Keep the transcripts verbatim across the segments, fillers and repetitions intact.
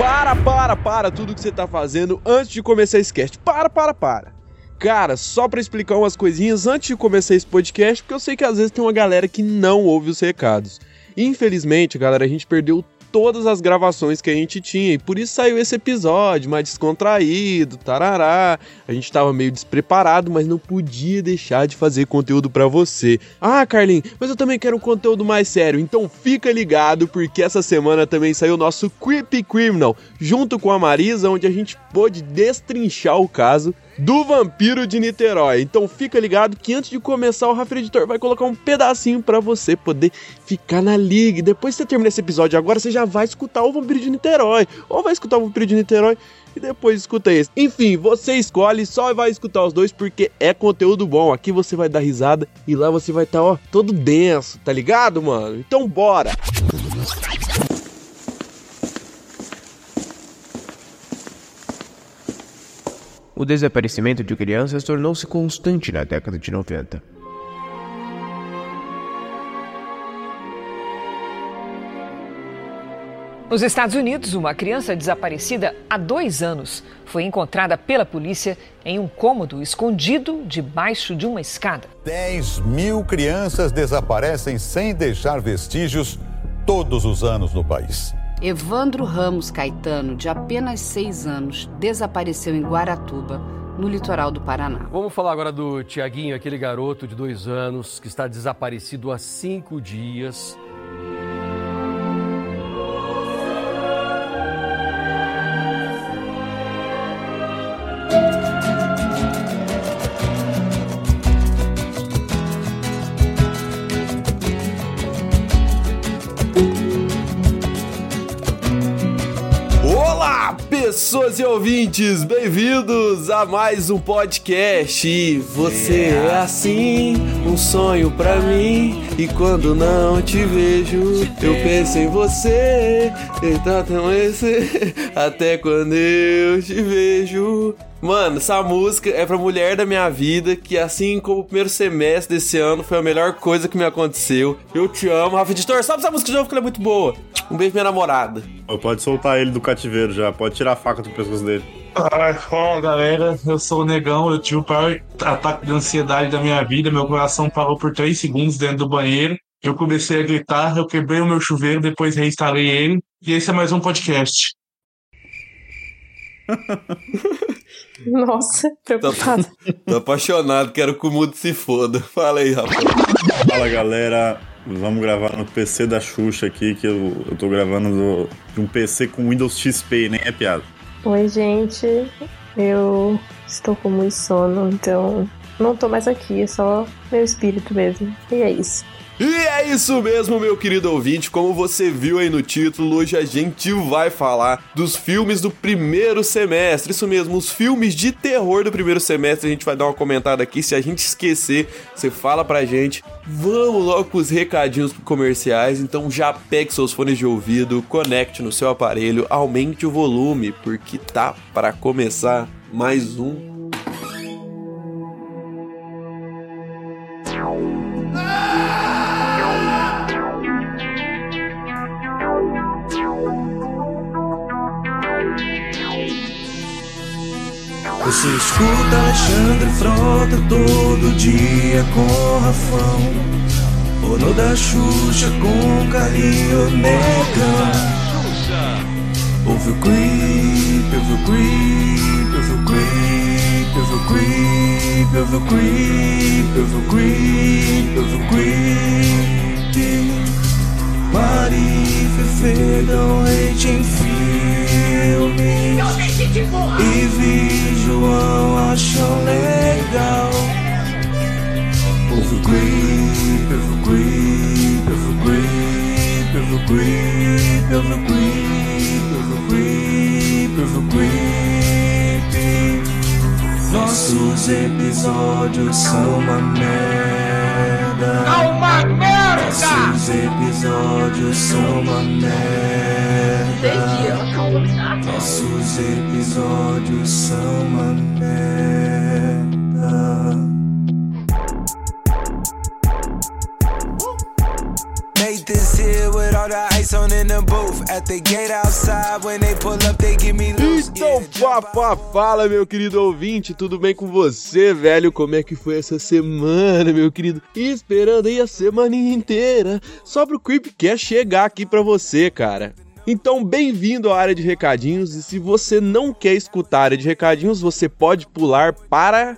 Para, para, para tudo que você tá fazendo antes de começar esse cast. Para, para, para. Cara, só pra explicar umas coisinhas antes de começar esse podcast, porque eu sei que às vezes tem uma galera que não ouve os recados. Infelizmente, galera, a gente perdeu todas as gravações que a gente tinha, e por isso saiu esse episódio mais descontraído, tarará. A gente tava meio despreparado, mas não podia deixar de fazer conteúdo pra você. Ah, Carlinhos, mas eu também quero um conteúdo mais sério, então fica ligado, porque essa semana também saiu o nosso Creepy Criminal, junto com a Marisa, onde a gente pôde destrinchar o caso do vampiro de Niterói. Então fica ligado que antes de começar o Rafa Editor vai colocar um pedacinho pra você poder ficar na liga. E depois que você terminar esse episódio agora, você já vai escutar o vampiro de Niterói, ou vai escutar o vampiro de Niterói e depois escuta esse. Enfim, você escolhe, só vai escutar os dois porque é conteúdo bom. Aqui você vai dar risada e lá você vai estar, tá, ó, todo denso, tá ligado, mano? Então bora! O desaparecimento de crianças tornou-se constante na década de noventa. Nos Estados Unidos, uma criança desaparecida há dois anos foi encontrada pela polícia em um cômodo escondido debaixo de uma escada. dez mil crianças desaparecem sem deixar vestígios todos os anos no país. Evandro Ramos Caetano, de apenas seis anos, desapareceu em Guaratuba, no litoral do Paraná. Vamos falar agora do Tiaguinho, aquele garoto de dois anos que está desaparecido há cinco dias. Pessoas e ouvintes, bem-vindos a mais um podcast. E você é assim, um sonho pra mim. E quando não te vejo, eu penso em você. Então esse, até quando eu te vejo. Mano, essa música é pra mulher da minha vida, que assim como o primeiro semestre desse ano foi a melhor coisa que me aconteceu. Eu te amo, Rafa Editor, sabe essa música de novo que ela é muito boa. Um beijo pra minha namorada. Pode soltar ele do cativeiro já, pode tirar a faca do pescoço dele. Ai, fala galera, eu sou o Negão, eu tive o pior ataque de ansiedade da minha vida, meu coração parou por três segundos dentro do banheiro, eu comecei a gritar, eu quebrei o meu chuveiro, depois reinstalei ele, e esse é mais um podcast. Nossa, preocupado. Tô, tô apaixonado, quero que o mundo se foda. Fala aí, rapaz. Fala galera, vamos gravar no P C da Xuxa aqui, que eu, eu tô gravando do, de um P C com Windows X P, nem é piada. Oi gente, eu estou com muito sono, então não tô mais aqui, é só meu espírito mesmo, e é isso. E é isso mesmo, meu querido ouvinte, como você viu aí no título, hoje a gente vai falar dos filmes do primeiro semestre, isso mesmo, os filmes de terror do primeiro semestre. A gente vai dar uma comentada aqui, se a gente esquecer, você fala pra gente. Vamos logo pros recadinhos comerciais, então já pegue seus fones de ouvido, conecte no seu aparelho, aumente o volume, porque tá para começar mais um... Você escuta Alexandre Frota todo dia com Rafão, ou no da Xuxa com Carlinho Negão. Ouve o creep, ouve o creep, ouve o creep, ouve o creep, ouve o creep, ouve o creep, ouve o creep. Mari e Fefe dão hate em filme, e Vi João acham legal. Ouve o creep, ouve o creep, ouve o creep, ouve o creep, ouve o creep, ouve o creep, ouve o creep. Nossos episódios são uma merda. É uma merda! Nossos episódios são uma merda. Nossos episódios são uma merda. Nathan's here with all the ice on in the booth. Então, papá, fala, meu querido ouvinte, tudo bem com você, velho? Como é que foi essa semana, meu querido? Esperando aí a semana inteira só pro Creepcast chegar aqui pra você, cara. Então, bem-vindo à área de recadinhos, e se você não quer escutar a área de recadinhos, você pode pular para...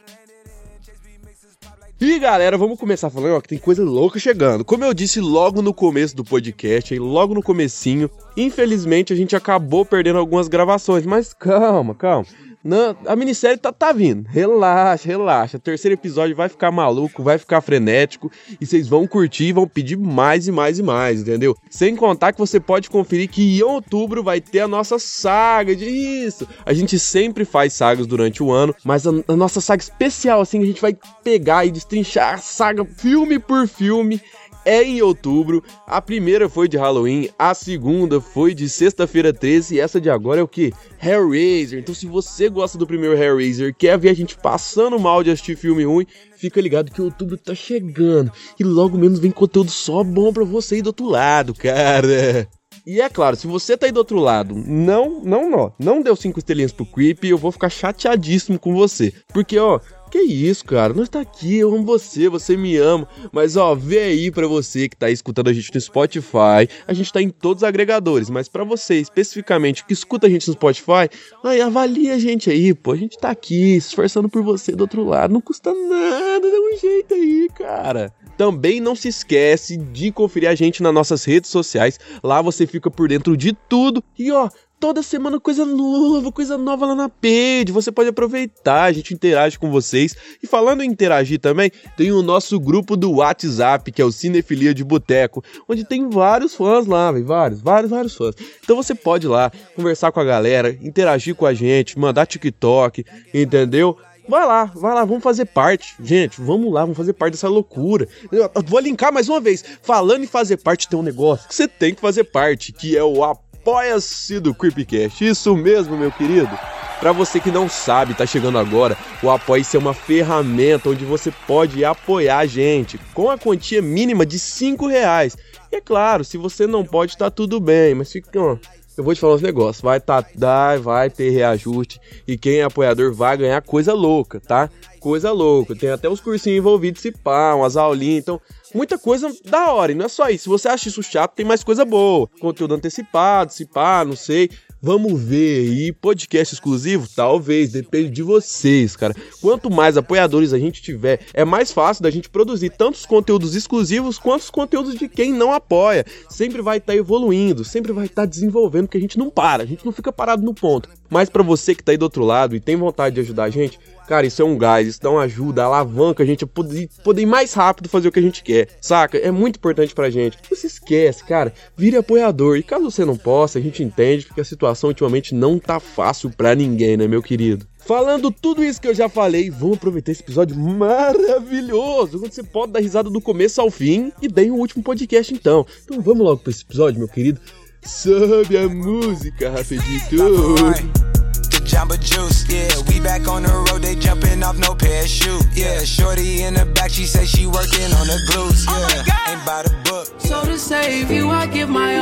E galera, vamos começar falando, ó, que tem coisa louca chegando. Como eu disse logo no começo do podcast, aí, logo no comecinho, infelizmente a gente acabou perdendo algumas gravações, mas calma, calma. Não, a minissérie tá, tá vindo, relaxa, relaxa. O terceiro episódio vai ficar maluco, vai ficar frenético, e vocês vão curtir e vão pedir mais e mais e mais, entendeu? Sem contar que você pode conferir que em outubro vai ter a nossa saga de isso. A gente sempre faz sagas durante o ano, mas a, a nossa saga especial, assim, a gente vai pegar e destrinchar a saga filme por filme. É em outubro, a primeira foi de Halloween, a segunda foi de Sexta-feira treze e essa de agora é o que? Hellraiser. Então se você gosta do primeiro Hellraiser, quer ver a gente passando mal de assistir filme ruim, fica ligado que outubro tá chegando e logo menos vem conteúdo só bom pra você aí do outro lado, cara. E é claro, se você tá aí do outro lado, não, não, não, não deu cinco estrelinhas pro Creep, eu vou ficar chateadíssimo com você, porque ó... Que isso, cara, nós tá aqui, eu amo você, você me ama, mas ó, vê aí pra você que tá aí escutando a gente no Spotify, a gente tá em todos os agregadores, mas pra você especificamente que escuta a gente no Spotify, aí avalia a gente aí, pô, a gente tá aqui se esforçando por você do outro lado, não custa nada, dá um jeito aí, cara. Também não se esquece de conferir a gente nas nossas redes sociais, lá você fica por dentro de tudo e ó, toda semana coisa nova, coisa nova lá na page, você pode aproveitar, a gente interage com vocês. E falando em interagir também, tem o nosso grupo do WhatsApp, que é o Cinefilia de Boteco, onde tem vários fãs lá, véio, vários, vários, vários fãs. Então você pode ir lá, conversar com a galera, interagir com a gente, mandar TikTok, entendeu? Vai lá, vai lá, vamos fazer parte. Gente, vamos lá, vamos fazer parte dessa loucura. Eu vou linkar mais uma vez. Falando em fazer parte, tem um negócio que você tem que fazer parte, que é o Apoia-se do Creepcast. Isso mesmo, meu querido. Pra você que não sabe, tá chegando agora, o Apoia-se é uma ferramenta onde você pode apoiar a gente com a quantia mínima de cinco reais. E é claro, se você não pode, tá tudo bem, mas fica... Ó, eu vou te falar uns negócios, vai, tá, vai ter reajuste e quem é apoiador vai ganhar coisa louca, tá? Coisa louca, tem até os cursinhos envolvidos, se pá, umas aulinhas, então muita coisa da hora, e não é só isso, se você acha isso chato, tem mais coisa boa, conteúdo antecipado, se pá, não sei... Vamos ver aí, podcast exclusivo? Talvez, depende de vocês, cara. Quanto mais apoiadores a gente tiver, é mais fácil da gente produzir tanto os conteúdos exclusivos quanto os conteúdos de quem não apoia. Sempre vai estar tá evoluindo, sempre vai estar tá desenvolvendo, porque a gente não para, a gente não fica parado no ponto. Mas pra você que tá aí do outro lado e tem vontade de ajudar a gente, cara, isso é um gás, isso dá uma ajuda, alavanca a gente a poder, poder ir mais rápido fazer o que a gente quer, saca? É muito importante pra gente. Não se esquece, cara, vire apoiador. E caso você não possa, a gente entende, porque a situação ultimamente não tá fácil pra ninguém, né, meu querido? Falando tudo isso que eu já falei, vamos aproveitar esse episódio maravilhoso, onde você pode dar risada do começo ao fim e daí o último podcast então. Então vamos logo pra esse episódio, meu querido. Sobe a música, rapidinho. Jamba Juice, yeah, we back on the road, they jumping off no parachute, yeah, shorty in the back, she say she working on the glutes, yeah, ain't by the book. So to save you, I give my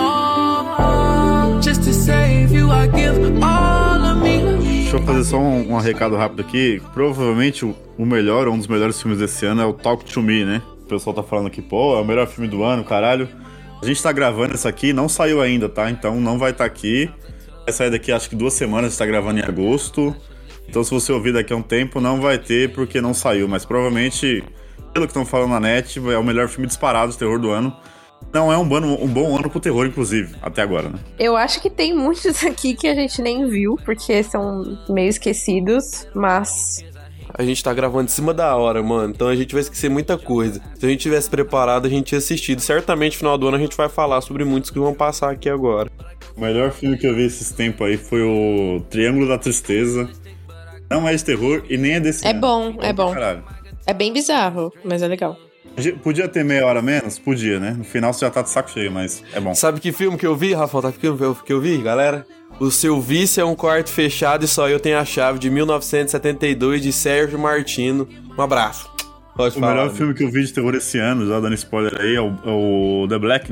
all, just to save you, I give all of me. Deixa eu fazer só um, um recado rápido aqui, provavelmente o, o melhor, um dos melhores filmes desse ano é o Talk to Me, né? O pessoal tá falando aqui, pô, é o melhor filme do ano, caralho. A gente tá gravando isso aqui, não saiu ainda, tá? Então não vai estar tá aqui. Vai sair daqui acho que duas semanas, está gravando em agosto. Então se você ouvir daqui a um tempo, não vai ter porque não saiu. Mas provavelmente, pelo que estão falando na net, é o melhor filme disparado de terror do ano. Não é um bom, um bom ano pro terror, inclusive, até agora, né? Eu acho que tem muitos aqui que a gente nem viu, porque são meio esquecidos, mas... A gente tá gravando em cima da hora, mano, então a gente vai esquecer muita coisa. Se a gente tivesse preparado, a gente tinha assistido. Certamente, no final do ano, a gente vai falar sobre muitos que vão passar aqui agora. O melhor filme que eu vi esses tempos aí foi o Triângulo da Tristeza. Não é de terror e nem é desse É ano. bom, é bom. Caralho. É bem bizarro, mas é legal. Podia ter meia hora menos? Podia, né? No final você já tá de saco cheio, mas é bom. Sabe que filme que eu vi, Rafael? Sabe que filme que eu vi, galera? O Seu Vício é um Quarto Fechado e Só Eu Tenho a Chave, de mil novecentos e setenta e dois, de Sérgio Martino. Um abraço. Pode o falar, melhor né? filme que eu vi de terror esse ano, já dando spoiler aí, é o, é o The Blackening.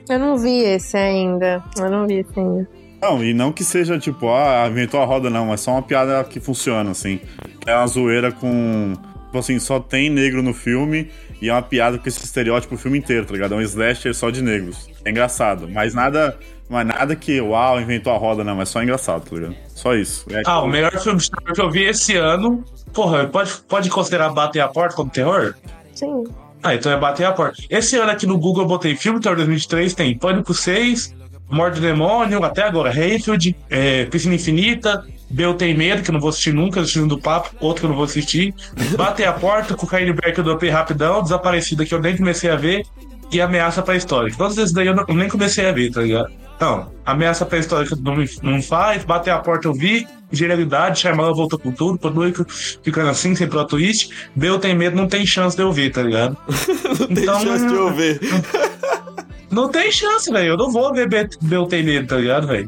Eu não vi esse ainda. Eu não vi esse ainda. Não, e não que seja tipo, ah, inventou a roda, não. É só uma piada que funciona, assim. É uma zoeira com... Tipo assim, só tem negro no filme e é uma piada com esse estereótipo o filme inteiro, tá ligado? É um slasher só de negros. É engraçado. Mas nada... Mas nada que, uau, inventou a roda, não. É só engraçado, tá ligado? Só isso. É ah, o melhor filme de terror que eu vi esse ano... Porra, pode, pode considerar Bater a Porta como terror? Sim. Ah, então é Bater a Porta. Esse ano aqui no Google eu botei filme terror dois mil e vinte e três, tem Pânico seis, Morte do Demônio, até agora, Hayfield, é, Piscina Infinita, Bel Tem Medo, que eu não vou assistir nunca, assistindo do Papo, outro que eu não vou assistir, Bater a Porta, Cocaine Bear que eu dropei rapidão, Desaparecida que eu nem comecei a ver, e Ameaça Pré-Histórica. Todos esses daí eu, não, eu nem comecei a ver, tá ligado? Então, Ameaça Pré-Histórica não, não faz, Bater a Porta eu vi, Genialidade, Shyamalan voltou com tudo, Pânico ficando assim, sem plot twist, Bel Tem Medo não tem chance de eu ver, tá ligado? Não tem então, chance de eu ver. Não tem chance, velho. Eu não vou ver Bel Tem Medo, tá ligado, velho?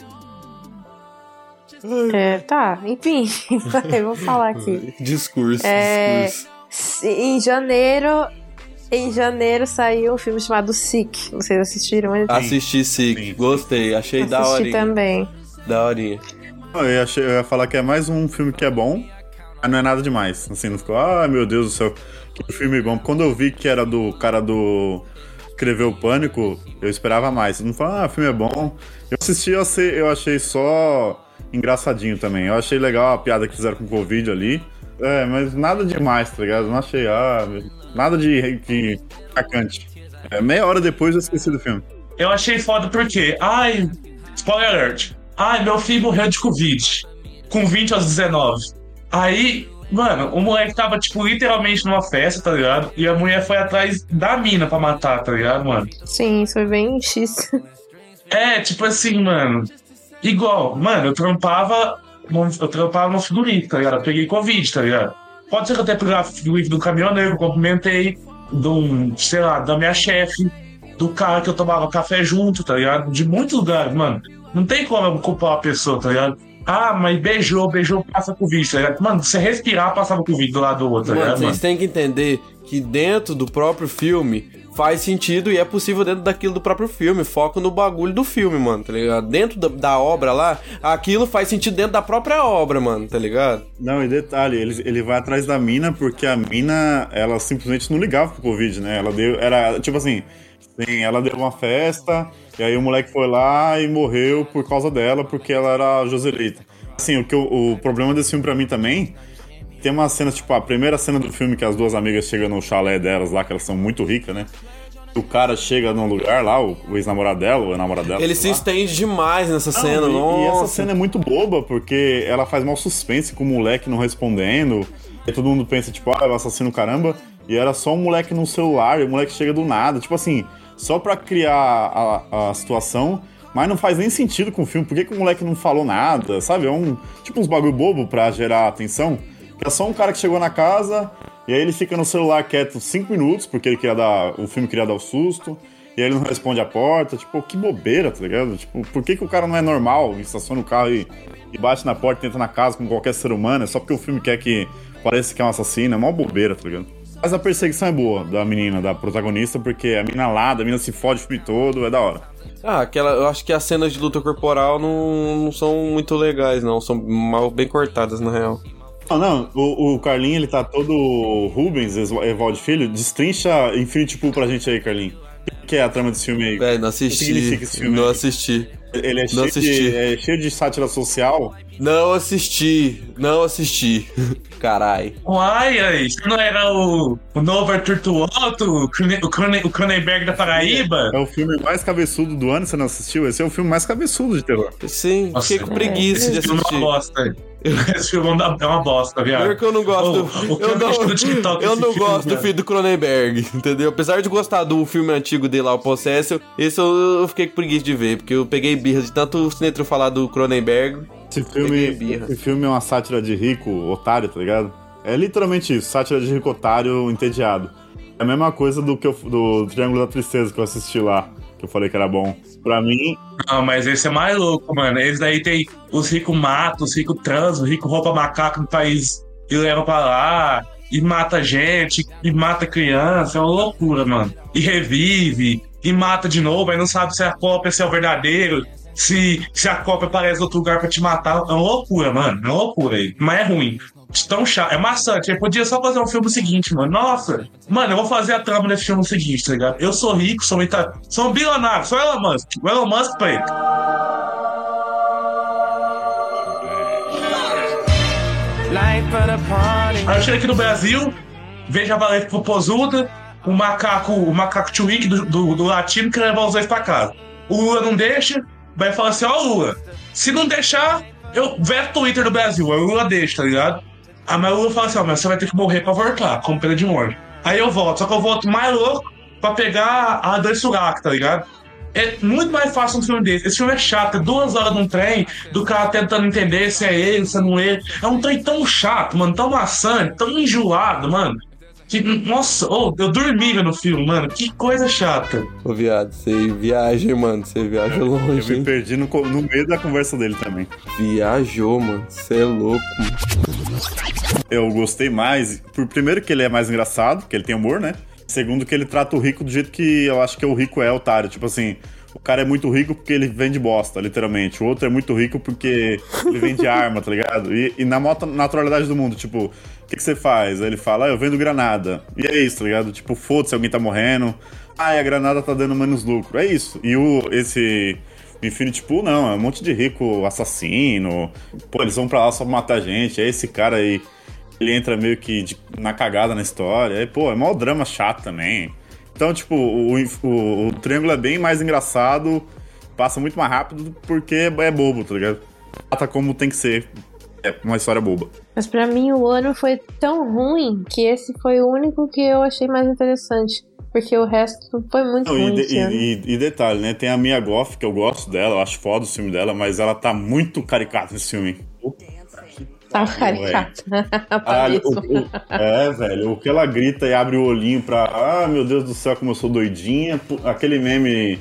É, tá, enfim, eu vou falar aqui. Discurso, é, discurso. Em janeiro, em janeiro saiu um filme chamado Sick. Vocês assistiram? Ele? Assisti Sick, sim. Gostei, achei Assisti da hora. Assisti também. Da horinha. Eu, achei, eu ia falar que é mais um filme que é bom, mas não é nada demais. Assim, não ficou, ah, meu Deus do céu, que filme bom. Quando eu vi que era do cara do... escreveu o Pânico, eu esperava mais. Não falou, ah, o filme é bom. Eu assisti, eu achei, eu achei só engraçadinho também. Eu achei legal a piada que fizeram com o Covid ali. É, mas nada demais, tá ligado? Não achei, ah, nada de, de marcante. É, meia hora depois eu esqueci do filme. Eu achei foda porque, ai, spoiler alert. Ai, meu filho morreu de Covid, com vinte aos dezenove. Aí, mano, o moleque tava, tipo, literalmente numa festa, tá ligado? E a mulher foi atrás da mina pra matar, tá ligado, mano? Sim, isso foi bem X. É, tipo assim, mano. Igual, mano, eu trampava. Eu trampava no frigorífico, tá ligado? Eu peguei Covid, tá ligado? Pode ser que eu tenha pegado o frigorífico do caminhoneiro, eu cumprimentei, do, sei lá, da minha chefe, do cara que eu tomava café junto, tá ligado? De muitos lugares, mano. Não tem como eu culpar uma pessoa, tá ligado? Ah, mas beijou, beijou, passa Covid, tá ligado? Mano, você respirar, passava Covid do lado do outro, tá mano, ligado? Vocês mano? têm que entender que dentro do próprio filme faz sentido e é possível dentro daquilo do próprio filme. Foco no bagulho do filme, mano, tá ligado? Dentro da, da obra lá, aquilo faz sentido dentro da própria obra, mano, tá ligado? Não, e detalhe, ele, ele vai atrás da mina porque a mina, ela simplesmente não ligava pro Covid, né? Ela deu, era, tipo assim, sim, ela deu uma festa e aí o moleque foi lá e morreu por causa dela, porque ela era Joselita. Assim, o, que eu, o problema desse filme pra mim também, tem uma cena, tipo, a primeira cena do filme que as duas amigas chegam no chalé delas lá, que elas são muito ricas, né? O cara chega num lugar lá, o, o ex-namorado dela, ou a namorada dela. Ele se lá. estende demais nessa não, cena, e, nossa. E essa cena é muito boba, porque ela faz mal suspense com o moleque não respondendo. E todo mundo pensa, tipo, ah, é o assassino caramba. E era só um moleque no celular, e o moleque chega do nada. Tipo assim, só pra criar a, a situação, mas não faz nem sentido com o filme. Por que, que o moleque não falou nada, sabe? É um, tipo uns bagulho bobo pra gerar atenção. É só um cara que chegou na casa, e aí ele fica no celular quieto cinco minutos, porque ele queria dar, o filme queria dar o susto, e aí ele não responde a porta. Tipo, que bobeira, tá ligado? Tipo, por que, que o cara não é normal, estaciona o carro e, e bate na porta e entra na casa com qualquer ser humano? É só porque o filme quer que pareça que é um assassino, é mó bobeira, tá ligado? Mas a perseguição é boa da menina, da protagonista, porque a menina lá, a menina se fode o filme todo, é da hora. Ah, aquela, eu acho que as cenas de luta corporal não, não são muito legais, não. São mal bem cortadas, na real. Não, não, o, o Carlinho, ele tá todo Rubens, Evaldo Filho, destrincha Infinity Pool pra gente aí, Carlinho. O que é a trama desse filme aí? É, não assisti. O que significa esse filme Não aí? assisti. Ele é não cheio, assisti. De, é cheio de sátira social? Não assisti, não assisti. Carai. Uai, aí, você não era o, o novo Arthur Tuoto, o, Crone, o, Crone, o Cronenberg da Paraíba? É o filme mais cabeçudo do ano, você não assistiu? Esse é o filme mais cabeçudo de terror. Sim, Nossa, fiquei com preguiça de assistir. Esse filme é uma bosta. Esse filme é uma bosta, viado. Pior que eu não gosto. O, o eu não, do TikTok eu não filme, gosto do viado. filme do Cronenberg, entendeu? Apesar de gostar do filme antigo dele lá, o Possessor, esse eu, eu fiquei com preguiça de ver, porque eu peguei birra de tanto o Sinetro falar do Cronenberg. Esse filme, esse filme é uma sátira de rico, otário, tá ligado? É literalmente isso, sátira de rico, otário, entediado. É a mesma coisa do, que eu, do Triângulo da Tristeza que eu assisti lá, que eu falei que era bom. Pra mim... Não, mas esse é mais louco, mano. Esse daí tem os ricos matam, os ricos transam, os ricos roubam macaco no país e levam pra lá, e mata gente, e mata criança, é uma loucura, mano. E revive, e mata de novo, aí não sabe se a cópia se é o verdadeiro, se, se a cópia aparece em outro lugar pra te matar. É uma loucura, mano. É uma loucura aí. Mas é ruim. Tão chato. É maçante. Eu podia só fazer um filme seguinte, mano. Nossa. Mano, eu vou fazer a trama desse filme seguinte, tá ligado? Eu sou rico, sou, ita... sou um bilionário, sou Elon Musk. O Elon Musk, pai. Aí eu cheguei aqui no Brasil, vejo a Valete Popozuda, o macaco, o macaco Twick do, do, do latino que levar os dois pra casa. O Lula não deixa, vai falar assim, ó, oh, Lula, se não deixar, eu veto o Twitter do Brasil. Aí o Lula deixa, tá ligado? Aí o Lula fala assim, ó, oh, mas você vai ter que morrer pra voltar, como pena de morte. Aí eu volto, só que eu volto mais louco pra pegar a Dan Surak, tá ligado? É muito mais fácil um filme desse. Esse filme é chato, é duas horas num trem, do cara tentando entender se é ele, se não é ele. É um trem tão chato, mano, tão maçante, tão enjoado, mano. Que, nossa, oh, eu dormia no filme, mano. Que coisa chata. Ô, viado, você viaja, mano. Você viaja longe. Eu me hein? perdi no, no meio da conversa dele também. Viajou, mano. Você é louco, mano. Eu gostei mais, por primeiro que ele é mais engraçado, que ele tem humor, né? Segundo que ele trata o rico do jeito que eu acho que o rico é otário. Tipo assim, o cara é muito rico porque ele vende bosta, literalmente. O outro é muito rico porque ele vende arma, tá ligado? E, e na maior naturalidade do mundo, tipo, o que, que você faz? Aí ele fala, ah, eu vendo granada. E é isso, tá ligado? Tipo, foda-se, alguém tá morrendo. Ah, e a granada tá dando menos lucro. É isso. E o, esse Infinity Pool, não, é um monte de rico assassino. Pô, eles vão pra lá só pra matar gente. É esse cara aí. Ele entra meio que de, na cagada na história. Aí, pô, é mó drama chato também. Então, tipo, o, o, o Triângulo é bem mais engraçado, passa muito mais rápido porque é bobo, tá ligado? Trata como tem que ser. É uma história boba. Mas pra mim o ano foi tão ruim que esse foi o único que eu achei mais interessante. Porque o resto foi muito Não, ruim. E, esse e, ano. e, e detalhe, né? Tem a Mia Goth, que eu gosto dela, eu acho foda o filme dela, mas ela tá muito caricata nesse filme. Tá caricata. Caralho, o, o, é, velho, o que ela grita e abre o olhinho pra. Ah, meu Deus do céu, como eu sou doidinha. Aquele meme.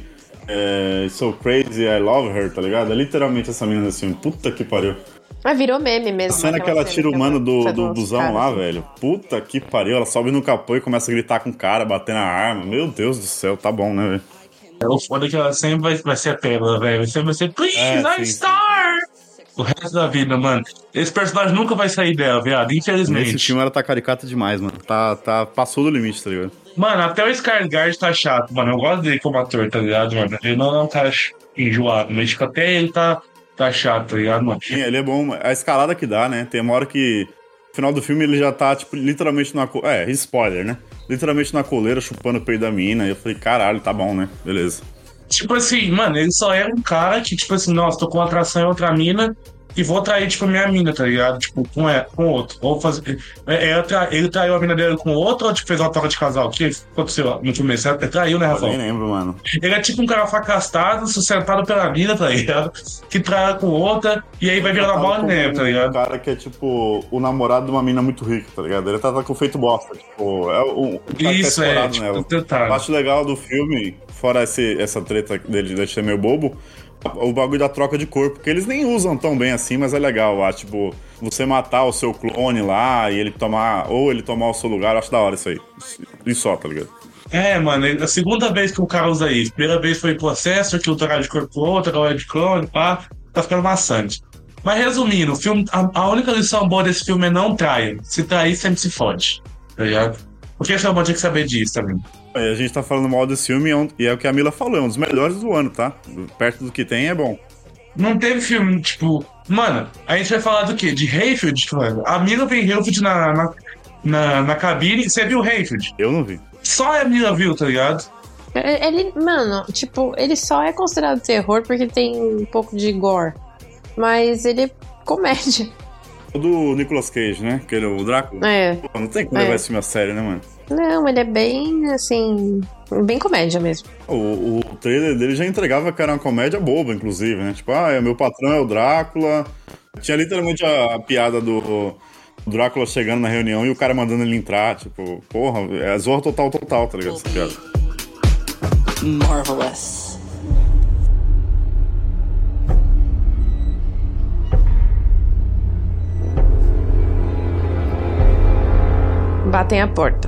É, So crazy, I love her, tá ligado? É literalmente essa menina assim. Puta que pariu. Mas virou meme mesmo. A cena que ela tira o mano do, do busão lá, velho. Puta que pariu. Ela sobe no capô e começa a gritar com o cara, batendo a arma. Meu Deus do céu, tá bom, né, velho? É o foda que ela sempre vai, vai ser a pérola, velho. Sempre vai ser, please, É, I'm sim, star! O resto da vida, mano. Esse personagem nunca vai sair dela, viado. Infelizmente. Nesse filme ela tá caricata demais, mano. Tá, tá, passou do limite, tá ligado? Mano, até o Skarsgård tá chato, mano. Eu gosto dele como ator, tá ligado, mano? Ele não é um cara enjoado, mas tipo, até ele tá, tá chato, tá ligado, mano? Sim, ele é bom. A escalada que dá, né? Tem uma hora que... No final do filme ele já tá, tipo, literalmente na... Co... É, spoiler, né? Literalmente na coleira, chupando o peito da mina. E eu falei, caralho, tá bom, né? Beleza. Tipo assim, mano, ele só é um cara que, tipo assim, nossa, tô com atração em outra mina e vou trair, tipo, a minha mina, tá ligado? Tipo, com, é, com outro. Ou fazer. É, é, tra... Ele traiu a mina dele com outro ou, tipo, fez uma troca de casal? O que aconteceu no começo? Ele traiu, né, Rafael? Eu nem lembro, mano. Ele é tipo um cara afastado, sustentado pela mina, tá ligado? Que trai com outra e aí vai virar uma bola de neve, tá ligado? Um cara que é, tipo, o namorado de uma mina muito rica, tá ligado? Ele tá, tá com feito bosta, tipo, é o, o cara Isso, que tá é, tipo, nela. detalhe. Eu acho legal do filme, fora esse, essa treta dele de ser meio bobo, o bagulho da troca de corpo, que eles nem usam tão bem assim, mas é legal, eu acho, tipo, você matar o seu clone lá e ele tomar, ou ele tomar o seu lugar, eu acho da hora isso aí. E só, tá ligado? É, mano, é a segunda vez que o cara usa isso. Primeira vez foi em Possessor, que o trocar de corpo com outra, agora é de clone, pá, tá ficando maçante. Mas resumindo, o filme, a, a única lição boa desse filme é não traia. Se trair, sempre se fode, tá ligado? Porque esse é o tinha que saber disso também. A gente tá falando mal desse filme e é o que a Mila falou, é um dos melhores do ano, tá? Perto do que tem é bom. Não teve filme, tipo... Mano, a gente vai falar do quê? De Hayfield? Mano, a Mila vem Hayfield na, na, na, na cabine. Você viu Hayfield? Eu não vi. Só a Mila viu, tá ligado? Ele, mano, tipo, ele só é considerado terror porque tem um pouco de gore. Mas ele é comédia. O do Nicolas Cage, né? Que ele é o Drácula. É. Pô, não tem como É. levar esse filme a sério, né, mano? Não, ele é bem, assim, bem comédia mesmo. O, o trailer dele já entregava que era uma comédia boba, inclusive, né? Tipo, ah, meu patrão é o Drácula. Tinha literalmente a, a piada do, do Drácula chegando na reunião e o cara mandando ele entrar. Tipo, porra, é zorra total, total, tá ligado? Essa piada. Marvelous. Batem a porta.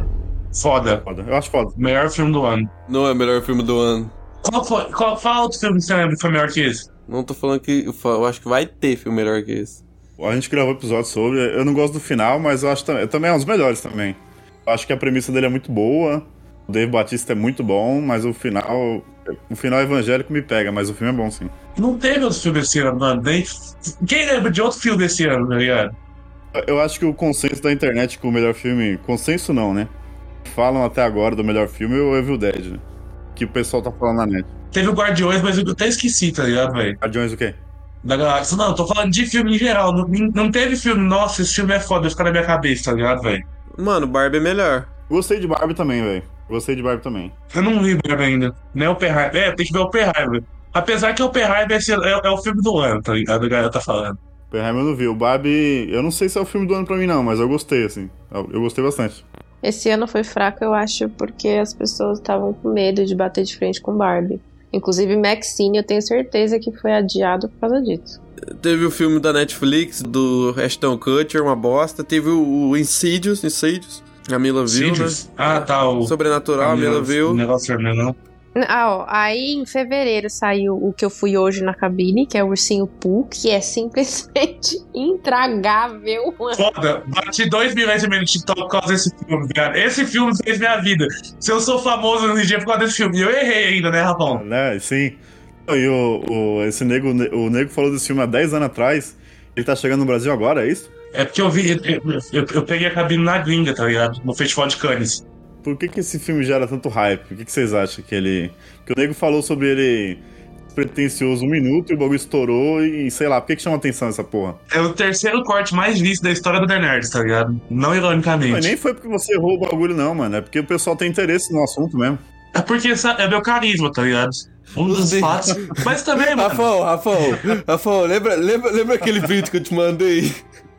Foda. Foda. Eu acho foda. Melhor filme do ano. Não é o melhor filme do ano. Qual foi? Qual, qual outro filme que você lembra que foi melhor que esse? Não tô falando que... Eu acho que vai ter filme melhor que esse. A gente gravou episódio sobre. Eu não gosto do final, mas eu acho também, também é um dos melhores também. Eu acho que a premissa dele é muito boa. O Dave Bautista é muito bom, mas o final. O final evangélico me pega, mas o filme é bom, sim. Não teve outro filme esse ano, mano. Nem... Quem lembra de outro filme desse ano, tá ligado? Eu acho que o consenso da internet com o melhor filme. Consenso não, né? Falam até agora do melhor filme é o Evil Dead, né? Que o pessoal tá falando na net. Teve o Guardiões, mas eu até esqueci, tá ligado, velho? Guardiões o quê? Da Galáxia. Não, eu tô falando de filme em geral. Não, não teve filme, nossa, esse filme é foda, vai ficar na minha cabeça, tá ligado, velho? Mano, Barbie é melhor. Gostei de Barbie também, velho. Gostei de Barbie também. Eu não vi Barbie ainda. Nem o Oppenheimer. É, tem que ver o Oppenheimer. Apesar que o Oppenheimer é, é o filme do ano, tá ligado? A galera tá falando. Oppenheimer eu não vi. O Barbie, eu não sei se é o filme do ano pra mim, não, mas eu gostei, assim. Eu, eu gostei bastante. Esse ano foi fraco, eu acho, porque as pessoas estavam com medo de bater de frente com Barbie. Inclusive, Maxine, eu tenho certeza que foi adiado por causa disso. Teve o filme da Netflix, do Ashton Kutcher, uma bosta. Teve o, o Insidious, Insidious. A Mila viu, né? Ah, tá. O... Sobrenatural, a Mila viu. O negócio vermelho, não. Ah, ó, aí em fevereiro saiu o que eu fui hoje na cabine, que é o Ursinho Pooh, que é simplesmente intragável. Foda, bati dois milhões e meio no TikTok por causa desse filme, cara. Esse filme fez minha vida. Se eu sou famoso no dia por causa desse filme, e eu errei ainda, né, Rafão? Ah, né, sim. E o, o, esse nego, o nego falou desse filme há dez anos atrás, ele tá chegando no Brasil agora, é isso? É porque eu vi, eu, eu, eu peguei a cabine na gringa, tá ligado? No Festival de Cannes. Por que que esse filme gera tanto hype? O que que vocês acham que ele... Que o nego falou sobre ele pretencioso um minuto e o bagulho estourou e sei lá, por que que chama atenção essa porra? É o terceiro corte mais visto da história do The Nerds, tá ligado? Não ironicamente. Mas nem foi porque você errou o bagulho não, mano, é porque o pessoal tem interesse no assunto mesmo. É porque é meu carisma, tá ligado? Um dos fatos. Mas também, mano. Rafão, Rafão, Rafão, lembra, lembra, lembra aquele vídeo que eu te mandei?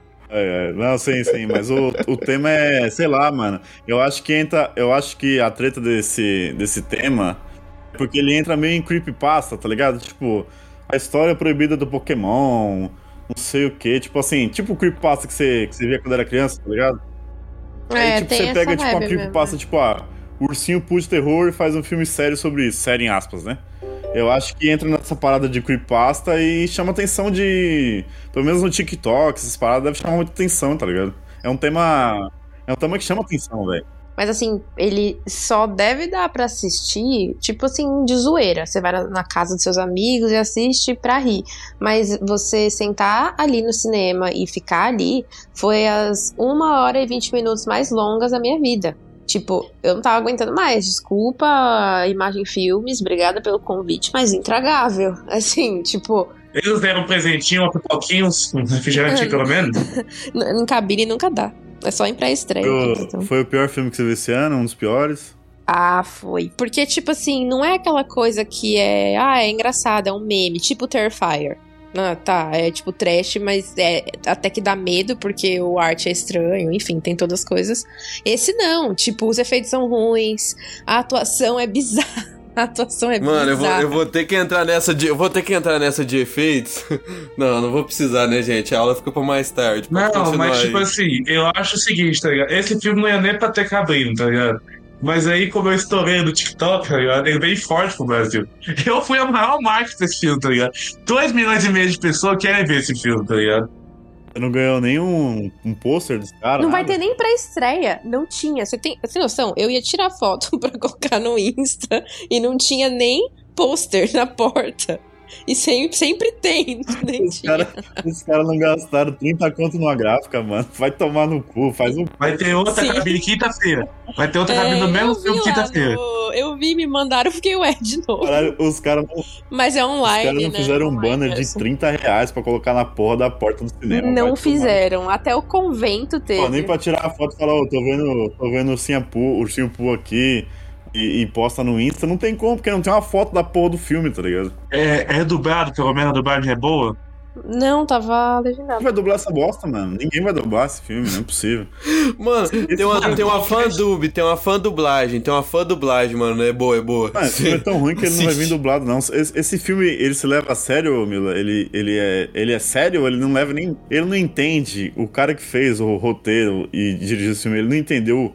É, é, não, sim, sim, mas o, o tema é, sei lá, mano. Eu acho que entra. Eu acho que a treta desse, desse tema é porque ele entra meio em creepypasta, tá ligado? Tipo, a história proibida do Pokémon, não sei o que, tipo assim, tipo o creepypasta que você, que você via quando era criança, tá ligado? É, aí, tipo, tem você pega, essa tipo, uma vibe creepypasta, mesmo. tipo, ah, Ursinho Pooh de terror e faz um filme sério sobre isso, sério em aspas, né? Eu acho que entra nessa parada de creepypasta e chama atenção de... Pelo menos no TikTok, essas paradas devem chamar muita atenção, tá ligado? É um tema... É um tema que chama atenção, velho. Mas assim, ele só deve dar pra assistir, tipo assim, de zoeira. Você vai na, na casa dos seus amigos e assiste pra rir. Mas você sentar ali no cinema e ficar ali foi as uma hora e vinte minutos mais longas da minha vida. Tipo, eu não tava aguentando mais. Desculpa, Imagem Filmes, obrigada pelo convite, mas intragável. Assim, tipo... Eles deram um presentinho, uma pipoquinha, um refrigerante pelo menos? Em cabine nunca dá. É só em pré-estreia. Foi, então. foi o pior filme que você viu esse ano? Um dos piores? Ah, foi. Porque, tipo assim, não é aquela coisa que é... Ah, é engraçado, é um meme. Tipo Terrifier. Ah, tá, é tipo trash, mas é até que dá medo, porque o arte é estranho, enfim, tem todas as coisas. Esse não, tipo, os efeitos são ruins, a atuação é bizarra. A atuação é Mano, eu vou, bizarra. eu vou ter que entrar nessa de. Eu vou ter que entrar nessa de efeitos. Não, não vou precisar, né, gente? A aula fica pra mais tarde. Pode Não, continuar mas tipo aí. assim, eu acho o seguinte, tá ligado? Esse filme não ia nem pra ter cabrinho, tá ligado? Mas aí, como eu estourei no TikTok, tá ligado? Ele veio forte pro Brasil. Eu fui a maior marca desse filme, tá ligado? dois milhões e meio de pessoas querem ver esse filme, tá ligado? Você não ganhou nenhum um pôster desse cara? Não vai nada? ter nem pré-estreia. Não tinha. Você tem, você tem noção? Eu ia tirar foto pra colocar no Insta e não tinha nem pôster na porta. E sempre, sempre tem. Nem Os tinha. caras cara não gastaram trinta conto numa gráfica, mano. Vai tomar no cu, faz um... Vai ter outra Sim. cabine quinta-feira. Vai ter outra É, cabine no mesmo eu vi filme lá quinta-feira. no- Eu vi, me mandaram, eu fiquei ué de novo. Caralho, os caras Mas é os online, caras não né? fizeram um Online banner de mesmo. trinta reais pra colocar na porra da porta do cinema. Vai Não tomar- fizeram. Até o convento teve. Pô, nem pra tirar a foto e falar, ó, tô vendo, tô vendo o Ursinho Pooh, Ursinho Pooh aqui e, e posta no Insta, não tem como, porque não tem uma foto da porra do filme, tá ligado? É, é dublado, pelo menos a dublagem é boa. Não, tava Quem legendado. vai dublar essa bosta, mano? Ninguém vai dublar esse filme, não é possível. Mano, tem uma, tem uma fã dub, tem uma fã dublagem, tem uma fã dublagem, mano. É boa, é boa. Mano, esse filme é tão ruim que ele não vai vir Assiste. dublado, não. Esse, esse filme, ele se leva a sério, Mila? Ele, ele, é, ele é sério? Ele não leva nem... Ele não entende. O cara que fez o roteiro e dirigiu esse filme, ele não entendeu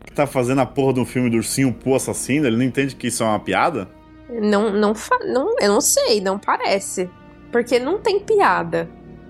que tá fazendo a porra de um filme do Ursinho Pooh assassino, ele não entende que isso é uma piada? Não, não, fa- não, eu não sei, não parece. Porque não tem piada.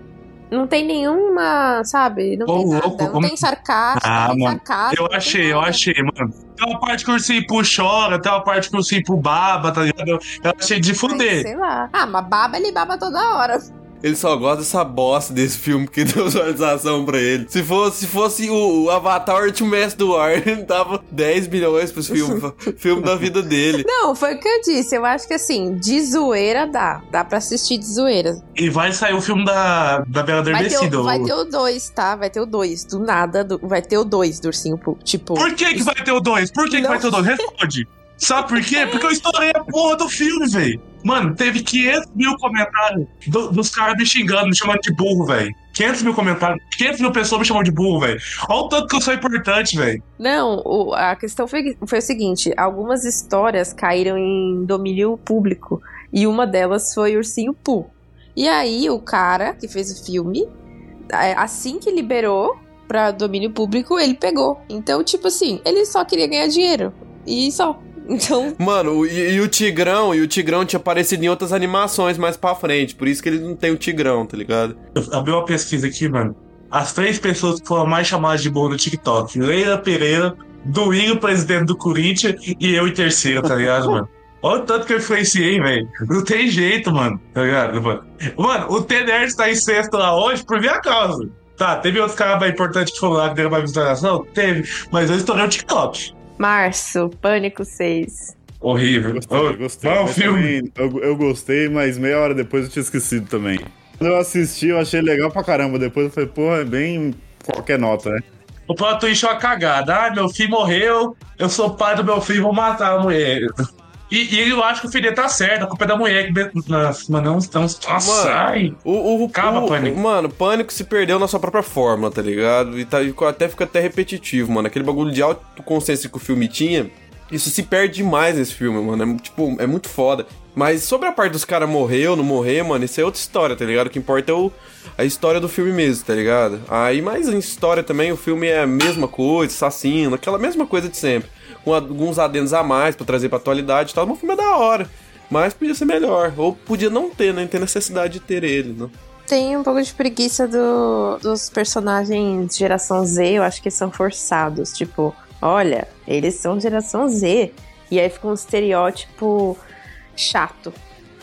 Não tem nenhuma, sabe? Não Ô, tem nada. louco, Não como- tem sarcasmo, Ah, não tem mano, sarcasmo. eu não tem achei, eu nada. achei, mano. Tem uma parte que o Ursinho Pooh chora, tem uma parte que o Ursinho Pooh baba, tá ligado? Eu, eu achei de Mas, fuder. sei lá. Ah, mas baba, ele baba toda hora. Ele só gosta dessa bosta desse filme que deu visualização pra ele. Se fosse, se fosse o, o Avatar Ultimate do War, ele dava dez milhões pros filmes, filme da vida dele. Não, foi o que eu disse. Eu acho que assim, de zoeira dá. Dá pra assistir de zoeira. E vai sair o filme da, da Bela Vai ter, Adormecida. o, vai o- ter o dois, tá? Vai ter o dois. Do nada, do- vai ter o dois do Ursinho Pooh. Tipo. Por que que vai ter o dois? Por que que Não. vai ter o dois? Responde. Sabe por quê? Porque eu estourei a porra do filme, velho. Mano, teve quinhentos mil comentários do- dos caras me xingando, me chamando de burro, velho. quinhentos mil comentários, quinhentos mil pessoas me chamando de burro, velho. Olha o tanto que eu sou importante, velho. Não, o- a questão foi, foi o seguinte: algumas histórias caíram em domínio público. E uma delas foi Ursinho Pooh. E aí, o cara que fez o filme, é, assim que liberou pra domínio público, ele pegou. Então, tipo assim, ele só queria ganhar dinheiro. E só. Então. Mano, e, e o Tigrão, e o Tigrão tinha aparecido em outras animações mais pra frente, por isso que ele não tem o Tigrão, tá ligado? Eu abri uma pesquisa aqui, mano. As três pessoas que foram mais chamadas de burro no TikTok: Leila Pereira, Duílio, presidente do Corinthians, e eu em terceiro, tá ligado, mano? Olha o tanto que eu influenciei, velho. Não tem jeito, mano. Tá ligado, mano? Mano, o T-Nerd tá em sexto lá hoje por minha causa. Tá, teve outros caras mais importantes que foram lá que deram mais visualização? Teve. Mas eu estourei o TikTok. Março, Pânico seis. Horrível. Gostei, gostei. Qual Mas filme? também, eu, eu gostei, mas meia hora depois eu tinha esquecido também. Quando eu assisti, eu achei legal pra caramba. Depois eu falei, porra, é bem qualquer nota, né? O plot twist é uma cagada. Ah, meu filho morreu, eu sou pai do meu filho, vou matar a mulher. E, e eu acho que o filho tá certo, a culpa é da mulher. Que... Nossa, mano, não estamos. Nossa, Mano, ai. O, o, Acaba, o- Pânico. Mano, Pânico se perdeu na sua própria forma, tá ligado? E tá, até fica até repetitivo, mano. Aquele bagulho de autoconsciência que o filme tinha, isso se perde demais nesse filme, mano. É, tipo, é muito foda. Mas sobre a parte dos caras morrer ou não morrer, mano, isso é outra história, tá ligado? O que importa é o, a história do filme mesmo, tá ligado? Aí, mas em história também, o filme é a mesma coisa, assassino, aquela mesma coisa de sempre. Com alguns adendos a mais pra trazer pra atualidade e tal. Mas o filme é da hora. Mas podia ser melhor. Ou podia não ter, né? Não ter necessidade de ter ele, não. Tem um pouco de preguiça do, dos personagens geração Z, eu acho que são forçados. Tipo, olha, eles são geração Z. E aí fica um estereótipo chato.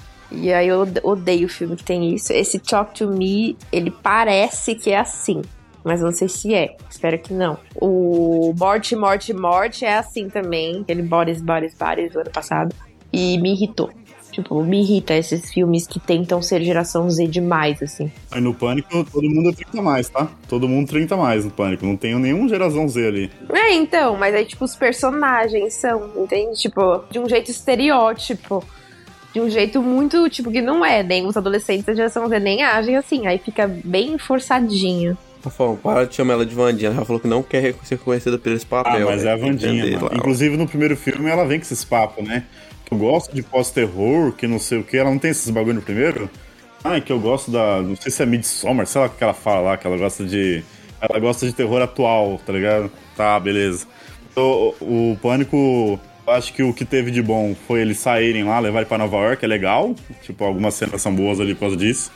E aí eu ode- odeio o filme que tem isso. Esse Talk to Me, ele parece que é assim. Mas não sei se é. Espero que não. O Morte, Morte, Morte é assim também. Aquele Boris, Boris, Boris do ano passado. E me irritou. Tipo, me irrita esses filmes que tentam ser geração Z demais, assim. Aí no Pânico, todo mundo é trinta a mais, tá? Todo mundo trinta a mais no Pânico. Não tenho nenhum geração Z ali. É, então, mas aí, tipo, os personagens são, entende? Tipo, de um jeito estereótipo. De um jeito muito, tipo, que não é. Nem os adolescentes da geração Z nem agem assim. Aí fica bem forçadinho. Rafão, para de chamar ela de Vandinha. Ela falou que não quer ser reconhecida por esse papel. Ah, mas é a né? Wandinha, Entender mano. lá. Inclusive, no primeiro filme, ela vem com esses papos, né? Que eu gosto de pós-terror, que não sei o que. Ela não tem esses bagulho no primeiro? Ah, que eu gosto da... Não sei se é Midsommar, sei lá o que ela fala lá, que ela gosta de... Ela gosta de terror atual, tá ligado? Tá, beleza. O, o, o Pânico... Eu acho que o que teve de bom foi eles saírem lá, levarem pra Nova York, é legal. Tipo, algumas cenas são boas ali por causa disso.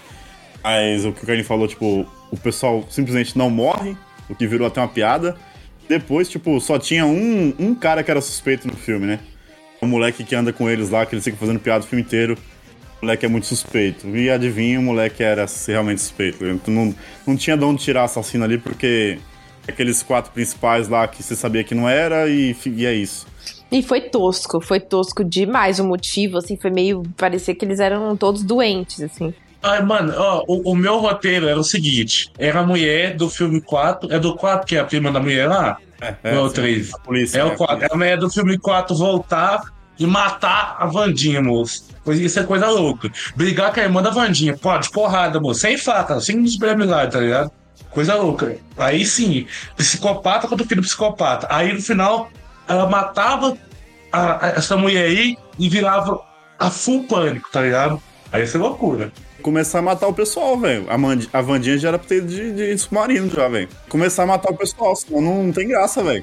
Mas o que o Carlinhos falou, tipo, o pessoal simplesmente não morre, o que virou até uma piada. Depois, tipo, só tinha um, um cara que era suspeito no filme, né? O moleque que anda com eles lá, que eles ficam fazendo piada o filme inteiro. O moleque é muito suspeito. E adivinha, o moleque era realmente suspeito. Então, não, não tinha de onde tirar assassino ali, porque aqueles quatro principais lá que você sabia que não era, e, e é isso. E foi tosco, foi tosco demais. O motivo, assim, foi meio... Parecia que eles eram todos doentes, assim. Ai, mano, ó, o, o meu roteiro era o seguinte: era a mulher do filme quatro. É do quatro que é a prima da mulher lá? É, Ou é o sim. três? A polícia, É né? o quatro. É a mulher do filme quatro voltar e matar a Wandinha, moço. Isso é coisa louca. Brigar com a irmã da Wandinha. Pô, de porrada, moço. Sem faca, sem desbramilar, tá ligado? Coisa louca. Aí sim, psicopata contra o filho psicopata. Aí no final, ela matava a- a- essa mulher aí e virava a full Pânico, tá ligado? Aí isso é loucura. Começar a matar o pessoal, velho. A, Mandi- a Wandinha já era pra ter de, de submarino já, velho. Começar a matar o pessoal, senão não, não tem graça, velho.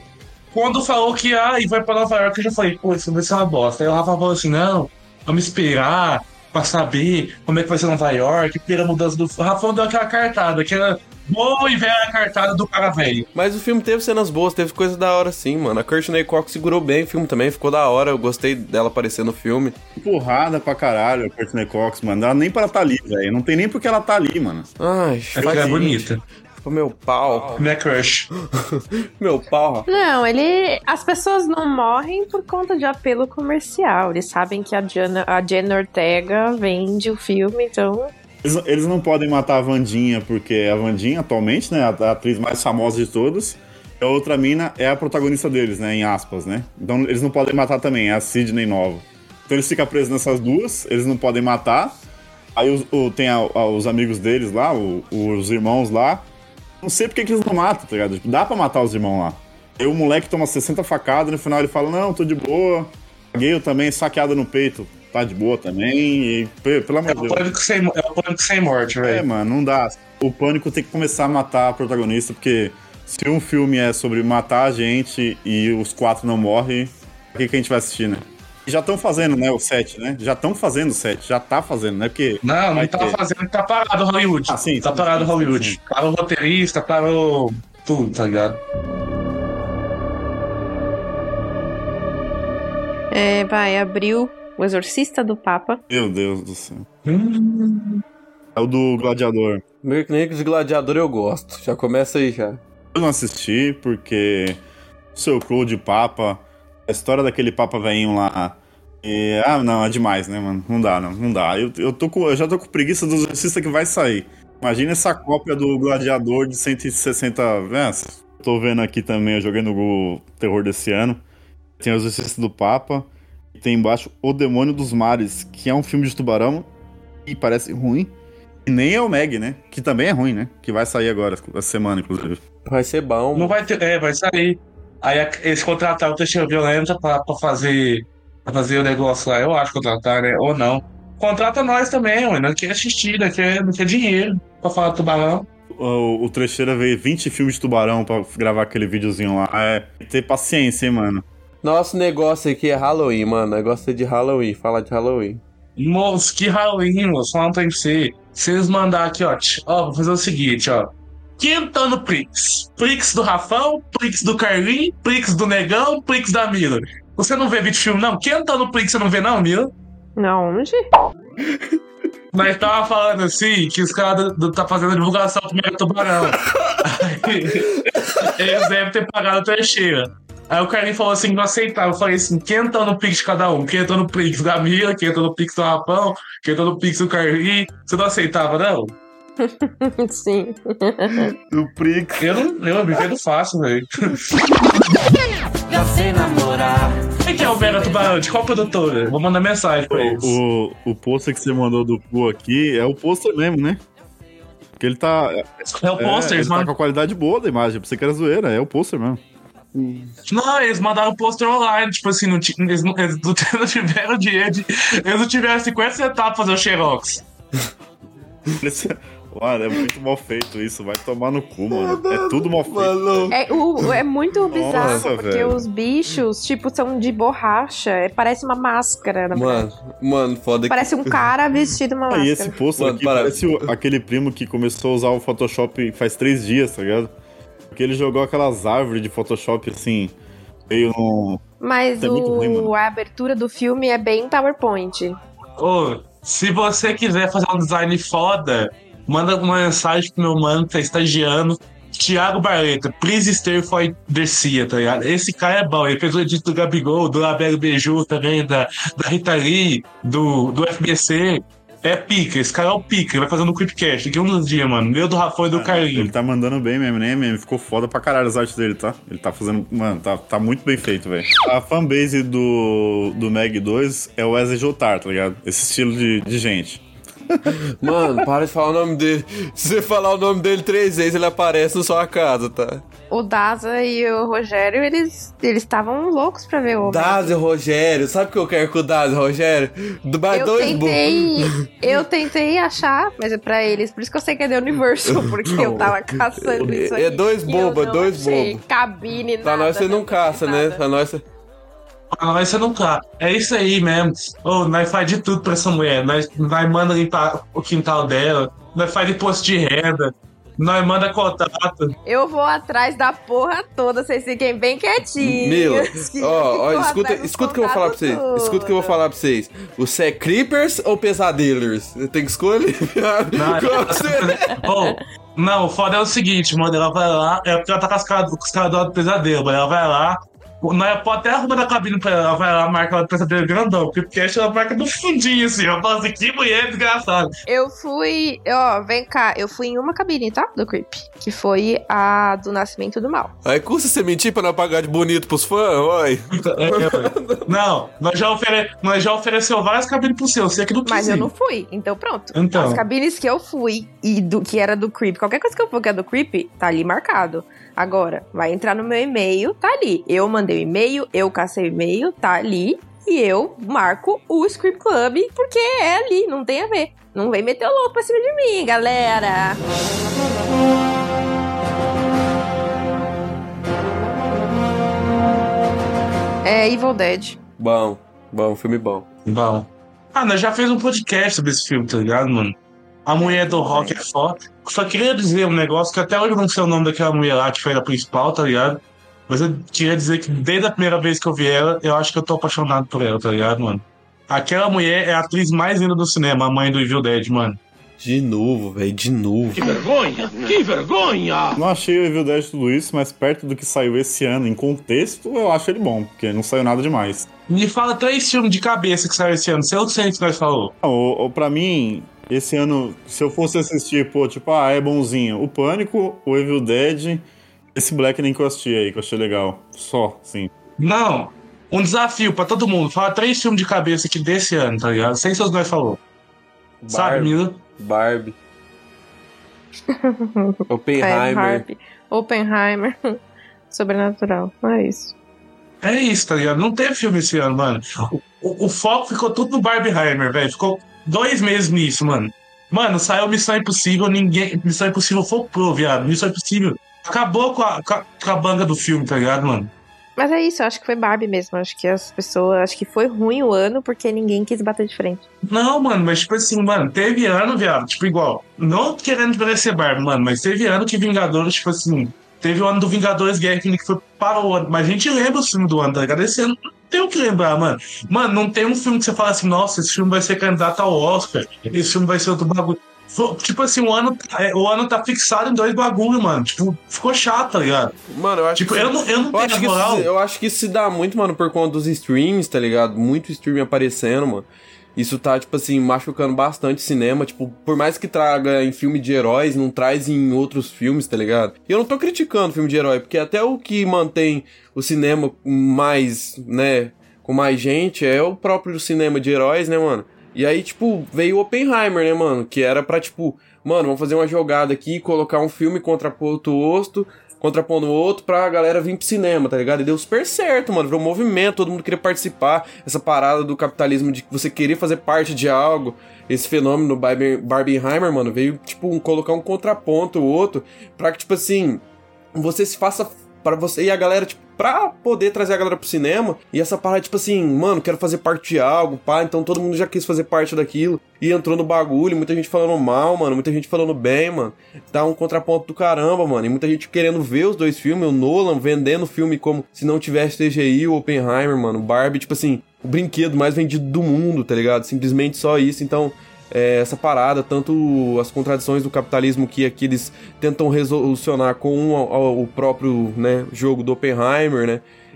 Quando falou que ah, e vai pra Nova York, eu já falei, pô, isso vai ser uma bosta. Aí o Rafa falou assim, não, vamos esperar pra saber como é que vai ser Nova York, pela mudança do... O Rafa deu aquela cartada, aquela boa e velha cartada do cara velho. Mas o filme teve cenas boas, teve coisa da hora sim, mano. A Courtney Cox segurou bem o filme também, ficou da hora, eu gostei dela aparecer no filme. Porrada pra caralho a Courtney Cox, mano. Ela nem pra ela tá ali, velho. Não tem nem porque ela tá ali, mano. Ai, é que ela é bonita. O meu pau. Minha crush. Meu pau. Não, ele... As pessoas não morrem por conta de apelo comercial. Eles sabem que a Jenna, a Jenna Ortega vende o filme, então... Eles, eles não podem matar a Wandinha, porque a Wandinha, atualmente, né, a, a atriz mais famosa de todos, a outra mina é a protagonista deles, né, em aspas, né? Então eles não podem matar também, é a Sydney Nova. Então eles ficam presos nessas duas, eles não podem matar. Aí os, o, tem a, a, os amigos deles lá, o, os irmãos lá. Não sei porque que eles não matam, tá ligado? Dá pra matar os irmãos lá. Aí o moleque toma sessenta facadas, no final ele fala, não, tô de boa. Paguei eu também, saqueada no peito. Tá de boa também, e pelo amor de Deus. É o pânico sem, é o pânico sem morte, velho. É, mano, não dá. O pânico tem que começar a matar a protagonista, porque se um filme é sobre matar a gente e os quatro não morrem, o que, que a gente vai assistir, né? E já estão fazendo, né, o set, né? Já estão fazendo o set, já tá fazendo, né? Porque não, não tá ter... fazendo, tá parado Hollywood. Ah, sim, tá sim, parado sim, Hollywood. Sim, sim. Para o roteirista, para o tudo, tá ligado? É, vai, abriu O Exorcista do Papa. Meu Deus do céu. Hum. É o do Gladiador. American de Gladiador eu gosto. Já começa aí, já. Eu não assisti porque o seu Crow de Papa, a história daquele Papa velhinho lá. E, ah, não, é demais, né, mano? Não dá, não. Não dá. Eu, eu, tô com, eu já tô com preguiça do Exorcista que vai sair. Imagina essa cópia do Gladiador de cento e sessenta. É, tô vendo aqui também, eu joguei no Google Terror desse ano. Tem o Exorcista do Papa. E tem embaixo O Demônio dos Mares, que é um filme de tubarão e parece ruim. E nem é o Meg, né? Que também é ruim, né? Que vai sair agora, essa semana, inclusive. Vai ser bom. Não vai ter, é, vai sair. Aí eles contrataram o Teixeira Violenta pra, pra, fazer, pra fazer o negócio lá. Eu acho que contrataram, né? Ou não. Contrata nós também, ué. Não quer assistir, não quer, não quer dinheiro pra falar do tubarão. O, o Trecheira veio vinte filmes de tubarão pra gravar aquele videozinho lá. É ter paciência, hein, mano. Nosso negócio aqui é Halloween, mano. Negócio é de Halloween, falar de Halloween. Moço, que Halloween, moço. Falando pra você. Se eles mandar aqui, ó. Ó, vou fazer o seguinte, ó. Quinta no Prix. Prix do Rafão, Prix do Carlinhos, Prix do Negão, Prix da Mila. Você não vê vídeo filme, não? Quinta no Prix você não vê, não, Mila? Não, onde? Nós tava falando assim, que os caras tá fazendo a divulgação do primeiro tubarão. Aí, eles devem ter pagado a trecheira. Aí o Carlinhos falou assim, não aceitava. Eu falei assim, quem entrou no Pix de cada um? Quem entrou no Pix da Mila, quem entrou no Pix do Rapão, quem entrou no Pix do Carlinhos. Você não aceitava, não? Sim. Do Prix. Eu não, eu me vendo fácil, velho. Já sei namorar. Quem que é o Vera Tubarão? De qual produtora? Vou mandar mensagem pra eles. O, o pôster que você mandou do Poo aqui é o pôster mesmo, né? Porque ele tá... É o pôster, é, ele mano. tá com a qualidade boa da imagem. Pra você que era zoeira, é o pôster mesmo. Não, eles mandaram o pôster online, tipo assim, não, eles, não, eles não tiveram dinheiro de, eles não tiveram cinquenta centavos pra fazer o xerox. Mano, é muito mal feito isso, vai tomar no cu, mano. É tudo mal feito. É, o, é muito bizarro, Nossa, porque velho. os bichos, tipo, são de borracha. É, parece uma máscara, na Mano, verdade. mano, foda que... Parece um cara vestido uma Ah, máscara. e esse pôster Mano, aqui para. parece o- aquele primo que começou a usar o Photoshop faz três dias, tá ligado? Porque ele jogou aquelas árvores de Photoshop, assim, meio no... Mas É muito o, ruim, mano. a abertura do filme é bem PowerPoint. Ô, se você quiser fazer um design foda, manda uma mensagem pro meu mano que tá estagiando, Thiago Barleta, please stay for Dercia, tá ligado? Esse cara é bom, ele fez o edito do Gabigol, do Abel Beiju também, da, da Rita Lee, do, do F B C. É pica, esse cara é o pica, ele vai fazendo um Creepcast daqui uns dias, mano. Meu, do Rafa e do Carlinhos. Ele tá mandando bem mesmo, né, meme? Ficou foda pra caralho as artes dele, tá? Ele tá fazendo... Mano, tá, tá muito bem feito, velho. A fanbase do, do Meg dois é o Wesley Jotar, tá ligado? Esse estilo de, de gente. Mano, para de falar o nome dele. Se você falar o nome dele três vezes, ele aparece na sua casa, tá? O Daza e o Rogério, eles eles estavam loucos pra ver o Daza e o Rogério. Sabe o que eu quero com o Daza e o Rogério? Do mais eu dois tentei, eu tentei achar, mas é pra eles. Por isso que eu sei que é da Universal, porque eu tava caçando isso aí. É dois boba, dois boba. Cabine, nada. Pra nós você não caça, né? Pra nós você... Pra nós você não caça. É isso aí mesmo. Ô, nós faz de tudo pra essa mulher. Nós, nós manda limpar o quintal dela. Nós faz imposto de renda. Nós manda contato. Eu vou atrás da porra toda, vocês fiquem bem quietinhos. Mila, ó, ó, escuta, escuta o que eu vou falar pra vocês. Tudo. Escuta o que eu vou falar pra vocês. Você é Creepers ou Pesadelers? Tem que escolher. Não, oh, não, o foda é o seguinte, mano. Ela vai lá, é porque ela tá com os caras cara do pesadelo, mas ela vai lá. Nós pode até arrumar da cabine pra ela, ela vai lá, marca ela do pesadelo grandão, porque o podcast ela marca no fundinho, assim, eu falo assim, que mulher desgraçada. Eu fui, ó, vem cá, eu fui em uma cabine, tá? Do Creep, que foi a do Nascimento do Mal. Aí custa você mentir pra não pagar de bonito pros fãs, oi? Não, nós já, ofere... nós já ofereceu várias cabines pro seu, você que não quis. Mas eu não fui, então pronto. Então. As cabines que eu fui, e do que era do Creep, qualquer coisa que eu for que é do Creep, tá ali marcado. Agora, vai entrar no meu e-mail, tá ali. Eu mandei o e-mail, eu cacei o e-mail, tá ali. E eu marco o Script Club, porque é ali, não tem a ver. Não vem meter o louco pra cima de mim, galera. É Evil Dead. Bom, bom, filme bom. Bom. Ah, nós já fez um podcast sobre esse filme, tá ligado, mano? A mulher do rock é foda. Só queria dizer um negócio que até hoje eu não sei o nome daquela mulher lá que foi a principal, tá ligado? Mas eu queria dizer que desde a primeira vez que eu vi ela, eu acho que eu tô apaixonado por ela, tá ligado, mano? Aquela mulher é a atriz mais linda do cinema, a mãe do Evil Dead, mano. De novo, velho, de novo. Que vergonha! Que vergonha! Não achei o Evil Dead tudo isso, mas perto do que saiu esse ano, em contexto, eu acho ele bom, porque não saiu nada demais. Me fala três filmes de cabeça que saiu esse ano, sei o que nós falou. Não, ou, ou pra mim, esse ano, se eu fosse assistir, pô, tipo, ah, é bonzinho. O Pânico, o Evil Dead, esse Blackening que eu assisti aí, que eu achei legal. Só, sim. Não, um desafio pra todo mundo. Fala três filmes de cabeça aqui desse ano, tá ligado? Sem seus nós falou. Barbie. Sabe, Mila? Barbie. Oppenheimer. Oppenheimer. Sobrenatural. É isso. É isso, tá ligado? Não teve filme esse ano, mano. O, o, o foco ficou tudo no Barbieheimer, velho. Ficou dois meses nisso, mano. Mano, saiu Missão Impossível, ninguém... Missão Impossível flopou, viado. Missão Impossível acabou com a, com a, com a banda do filme, tá ligado, mano? Mas é isso, eu acho que foi Barbie mesmo. Acho que as pessoas... Acho que foi ruim o ano porque ninguém quis bater de frente. Não, mano, mas tipo assim, mano, teve ano, viado, tipo igual... Não querendo parecer Barbie, mano, mas teve ano que Vingadores, tipo assim... Teve o ano do Vingadores Guerra Infinita que foi para o ano. Mas a gente lembra o filme do ano, tá ligado? Esse ano não tem o que lembrar, mano. Mano, não tem um filme que você fala assim, nossa, esse filme vai ser candidato ao Oscar. Esse filme vai ser outro bagulho. Tipo assim, o ano, o ano tá fixado em dois bagulhos, mano. Tipo, ficou chato, tá ligado? Mano, eu acho tipo, que... eu não, eu não eu tenho acho que moral. isso, Eu acho que isso se dá muito, mano, por conta dos streams, tá ligado? Muito stream aparecendo, mano. Isso tá, tipo assim, machucando bastante cinema. Tipo, por mais que traga em filme de heróis, não traz em outros filmes, tá ligado? E eu não tô criticando filme de herói, porque até o que mantém o cinema mais, né, com mais gente é o próprio cinema de heróis, né, mano? E aí, tipo, veio o Oppenheimer, né, mano? Que era pra, tipo, mano, vamos fazer uma jogada aqui, colocar um filme contraposto outro, contrapondo o outro pra galera vir pro cinema, tá ligado? E deu super certo, mano. Virou um movimento, todo mundo queria participar. Essa parada do capitalismo de você querer fazer parte de algo. Esse fenômeno do Barbieheimer, mano, veio, tipo, um, colocar um contraponto o outro pra que, tipo assim, você se faça para você e a galera, tipo, pra poder trazer a galera pro cinema. E essa parada, tipo assim, mano, quero fazer parte de algo, pá. Então todo mundo já quis fazer parte daquilo. E entrou no bagulho, muita gente falando mal, mano. Muita gente falando bem, mano. Tá um contraponto do caramba, mano. E muita gente querendo ver os dois filmes. O Nolan vendendo o filme como se não tivesse T G I, o Oppenheimer, mano. Barbie, tipo assim, o brinquedo mais vendido do mundo, tá ligado? Simplesmente só isso. Então... É, essa parada, tanto as contradições do capitalismo que aqui eles tentam resolucionar com o, o próprio, né, jogo do Oppenheimer, né,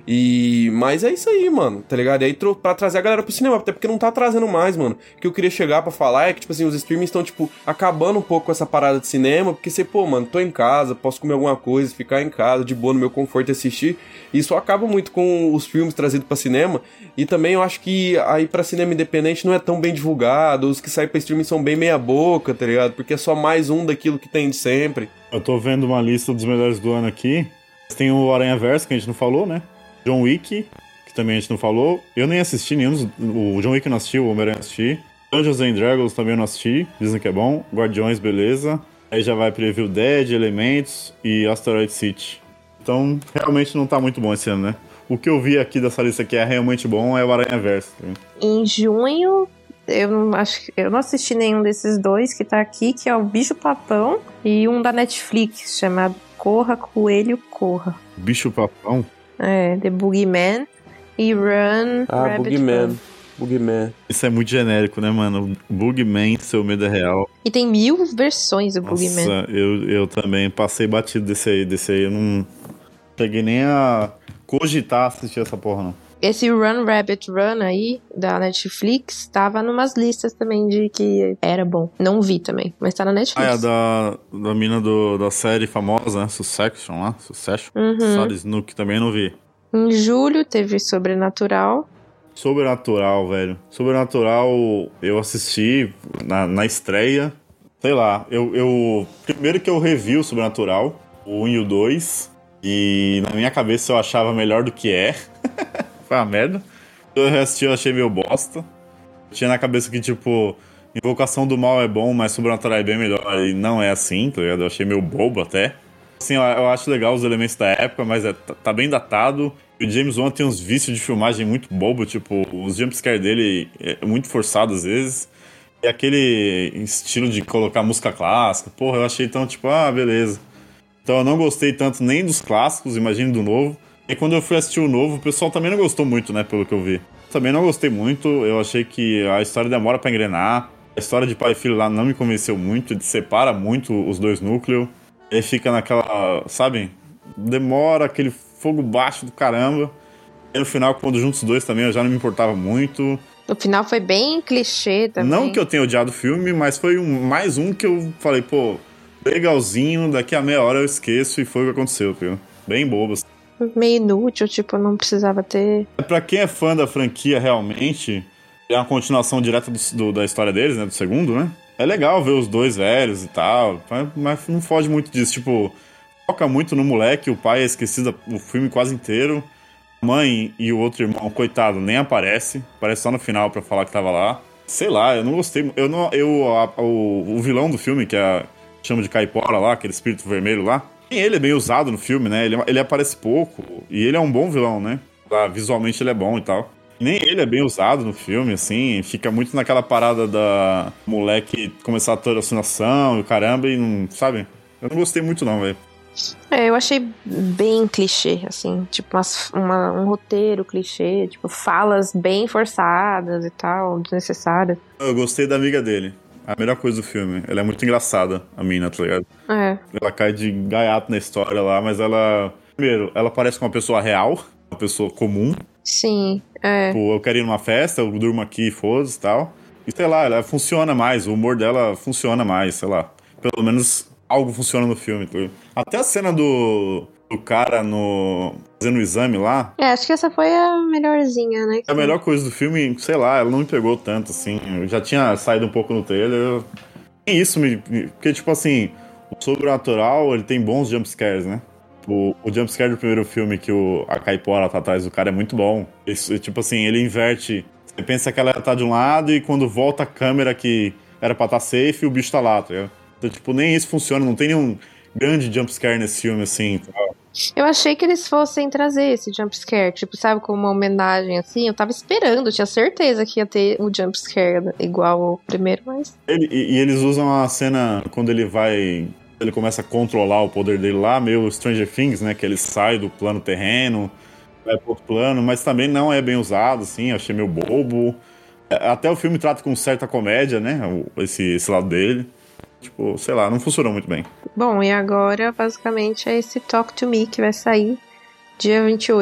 E... Mas é isso aí, mano, tá ligado? E aí tro... pra trazer a galera pro cinema, até porque não tá trazendo mais, mano. O que eu queria chegar pra falar é que, tipo assim, os streamings estão, tipo, acabando um pouco com essa parada de cinema, porque você, pô, mano, tô em casa, posso comer alguma coisa, ficar em casa, de boa, no meu conforto e assistir. E isso acaba muito com os filmes trazidos pra cinema. E também eu acho que aí pra cinema independente não é tão bem divulgado, os que saem pra streaming são bem meia boca, tá ligado? Porque é só mais um daquilo que tem de sempre. Eu tô vendo uma lista dos melhores do ano aqui. Tem o Aranhaverso, que a gente não falou, né? John Wick, que também a gente não falou. Eu nem assisti nenhum dos... O John Wick não assisti, o Homem-Aranha assisti. Dungeons and Dragons também não assisti. Dizem que é bom. Guardiões, beleza. Aí já vai Preview Dead, Elementos e Asteroid City. Então, realmente não tá muito bom esse ano, né? O que eu vi aqui dessa lista que é realmente bom é o Aranhaverso. Em junho, eu não, acho, eu não assisti nenhum desses dois que tá aqui, que é o Bicho-Papão e um da Netflix, chamado Corra, Coelho, Corra. Bicho-Papão? É, The Boogeyman e Run, Ah, Rabbit Boogeyman. Run. Boogeyman. Isso é muito genérico, né, mano? Boogeyman, seu medo é real. E tem mil versões do Boogeyman. Nossa, eu, eu também passei batido desse aí. Desse aí eu não cheguei nem a cogitar assistir essa porra, não. Esse Run, Rabbit Run aí, da Netflix, tava numas listas também de que era bom. Não vi também, mas tá na Netflix. Ah, é da, da mina do, da série famosa, né? Succession lá. Succession. Uhum. Sarah Snook também não vi. Em julho teve Sobrenatural. Sobrenatural, velho. Sobrenatural eu assisti na, na estreia. Sei lá, eu, eu... Primeiro que eu revi o Sobrenatural, o um e o dois. E na minha cabeça eu achava melhor do que é. Foi uma merda. Eu assisti, eu achei meio bosta. Eu tinha na cabeça que, tipo, Invocação do Mal é bom, mas Sobrenatural é bem melhor. E não é assim, tá ligado? Eu achei meio bobo até. Assim, eu, eu acho legal os elementos da época, mas é, tá, tá bem datado. E o James Wan tem uns vícios de filmagem muito bobo, tipo, os jumpscares dele é muito forçado às vezes. E aquele estilo de colocar música clássica, porra, eu achei tão, tipo, ah, beleza. Então eu não gostei tanto nem dos clássicos, imagine do novo. E quando eu fui assistir o novo, o pessoal também não gostou muito, né, pelo que eu vi. Também não gostei muito, eu achei que a história demora pra engrenar. A história de pai e filho lá não me convenceu muito, ele separa muito os dois núcleos. Ele fica naquela, sabe, demora aquele fogo baixo do caramba. E no final, quando juntos os dois também, eu já não me importava muito. No final foi bem clichê também. Não que eu tenha odiado o filme, mas foi um, mais um que eu falei, pô, legalzinho, daqui a meia hora eu esqueço e foi o que aconteceu, viu? Bem bobo. Meio inútil, tipo, não precisava ter... Pra quem é fã da franquia, realmente, é uma continuação direta do, do, da história deles, né, do segundo, né? É legal ver os dois velhos e tal, mas não foge muito disso, tipo, foca muito no moleque, o pai é esquecido o filme quase inteiro, a mãe e o outro irmão, coitado, nem aparece, aparece só no final pra falar que tava lá. Sei lá, eu não gostei, eu não, eu, a, o, o vilão do filme, que é, chama de Caipora lá, aquele espírito vermelho lá, ele é bem usado no filme, né, ele, ele aparece pouco, e ele é um bom vilão, né, visualmente ele é bom e tal. Nem ele é bem usado no filme, assim, fica muito naquela parada da moleque começar a ter alucinação e o caramba, e não, sabe? Eu não gostei muito não, velho. É, eu achei bem clichê, assim, tipo umas, uma, um roteiro clichê, tipo falas bem forçadas e tal, desnecessárias. Eu gostei da amiga dele, a melhor coisa do filme, ela é muito engraçada, a mina, tá ligado? É. Ela cai de gaiato na história lá, mas ela, primeiro, ela parece uma pessoa real, uma pessoa comum. Sim, é. Tipo, eu quero ir numa festa, eu durmo aqui, foda-se e tal. E sei lá, ela funciona mais, o humor dela funciona mais, sei lá. Pelo menos algo funciona no filme. Tá? Até a cena do, do cara no fazendo o exame lá. É, acho que essa foi a melhorzinha, né? A melhor coisa do filme, sei lá, ela não me pegou tanto, assim. Eu já tinha saído um pouco no trailer. E isso me... Porque, tipo assim, o Sobrenatural, ele tem bons jumpscares, né? O, o jumpscare do primeiro filme, que o, a Caipora tá atrás do cara, é muito bom. Isso, tipo assim, ele inverte. Você pensa que ela tá de um lado e quando volta a câmera que era pra estar tá safe, o bicho tá lá, tá ligado? Então, tipo, nem isso funciona. Não tem nenhum grande jumpscare nesse filme, assim. Tá? Eu achei que eles fossem trazer esse jumpscare, tipo, sabe, como uma homenagem, assim. Eu tava esperando, eu tinha certeza que ia ter o jumpscare igual ao primeiro, mas... Ele, e, e eles usam a cena quando ele vai... Ele começa a controlar o poder dele lá, meio Stranger Things, né? Que ele sai do plano terreno, vai pro outro plano, mas também não é bem usado, assim, achei meio bobo. Até o filme trata com certa comédia, né? Esse, esse lado dele. Tipo, sei lá, não funcionou muito bem. Bom, e agora, basicamente, é esse Talk to Me que vai sair dia vinte e oito.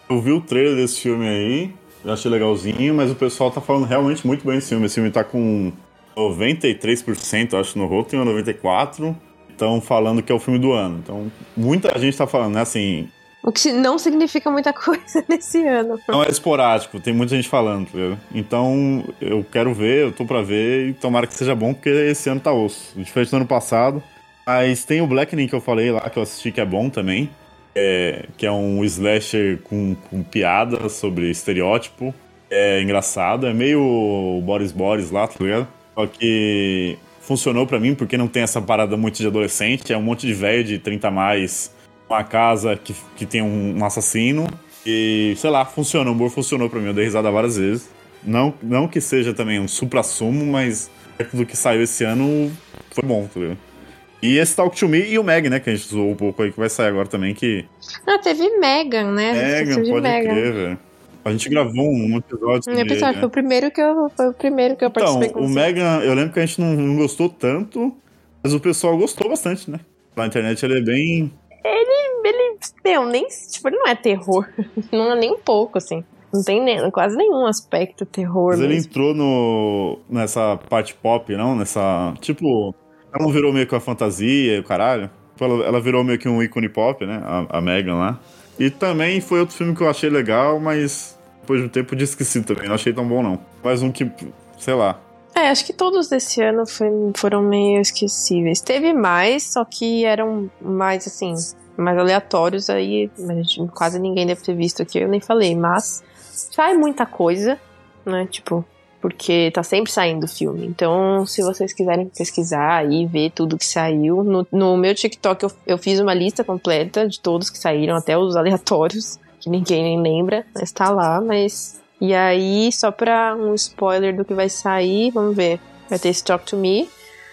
Eu vi o trailer desse filme aí, eu achei legalzinho, mas o pessoal tá falando realmente muito bem desse filme. Esse filme tá com noventa e três por cento, acho, no Rotten, ou noventa e quatro por cento. Estão falando que é o filme do ano. Então, muita gente tá falando, né, assim... O que não significa muita coisa nesse ano. Não é esporádico, tem muita gente falando, entendeu? Então, eu quero ver, eu tô pra ver, e tomara que seja bom, porque esse ano tá osso. Diferente do ano passado. Mas tem o Blackening que eu falei lá, que eu assisti, que é bom também. É, que é um slasher com, com piada sobre estereótipo. É engraçado, é meio Boris Boris lá, tá ligado? Só que... funcionou pra mim, porque não tem essa parada muito de adolescente. É um monte de velho de trinta a mais, uma casa que, que tem um, um assassino. E, sei lá, funciona, o humor funcionou pra mim. Eu dei risada várias vezes. Não, não que seja também um supra-sumo, mas perto do que saiu esse ano, foi bom, tá ligado? E esse Talk to Me e o Meg, né, que a gente zoou um pouco aí, que vai sair agora também, que... Ah, teve Megan, né? Megan, pode Megan. crer, velho. A gente gravou um episódio sobre Um episódio, ele, foi né? o primeiro que eu, foi o primeiro que eu Então, participei com o você. Megan, eu lembro que a gente não, não gostou tanto, mas o pessoal gostou bastante, né? Na internet ele é bem... Ele, ele, meu, nem, tipo, ele não é terror. Não é nem um pouco, assim. Não tem nem, quase nenhum aspecto terror Mas mesmo. ele entrou no, nessa parte pop, não? Nessa... Tipo, ela não virou meio que uma fantasia e o caralho? Ela, ela virou meio que um ícone pop, né? A, a Megan lá. E também foi outro filme que eu achei legal, mas depois de um tempo eu esqueci também. Não achei tão bom, não. Mais um que, sei lá... É, acho que todos desse ano foi, foram meio esquecíveis. Teve mais, só que eram mais, assim, mais aleatórios. Aí a gente, quase ninguém deve ter visto aqui, eu nem falei. Mas sai muita coisa, né? Tipo, porque tá sempre saindo filme. Então, se vocês quiserem pesquisar e ver tudo que saiu, no, no meu TikTok eu, eu fiz uma lista completa de todos que saíram, até os aleatórios, que ninguém nem lembra, mas tá lá, mas... E aí, só pra um spoiler do que vai sair, vamos ver. Vai ter esse Talk to Me.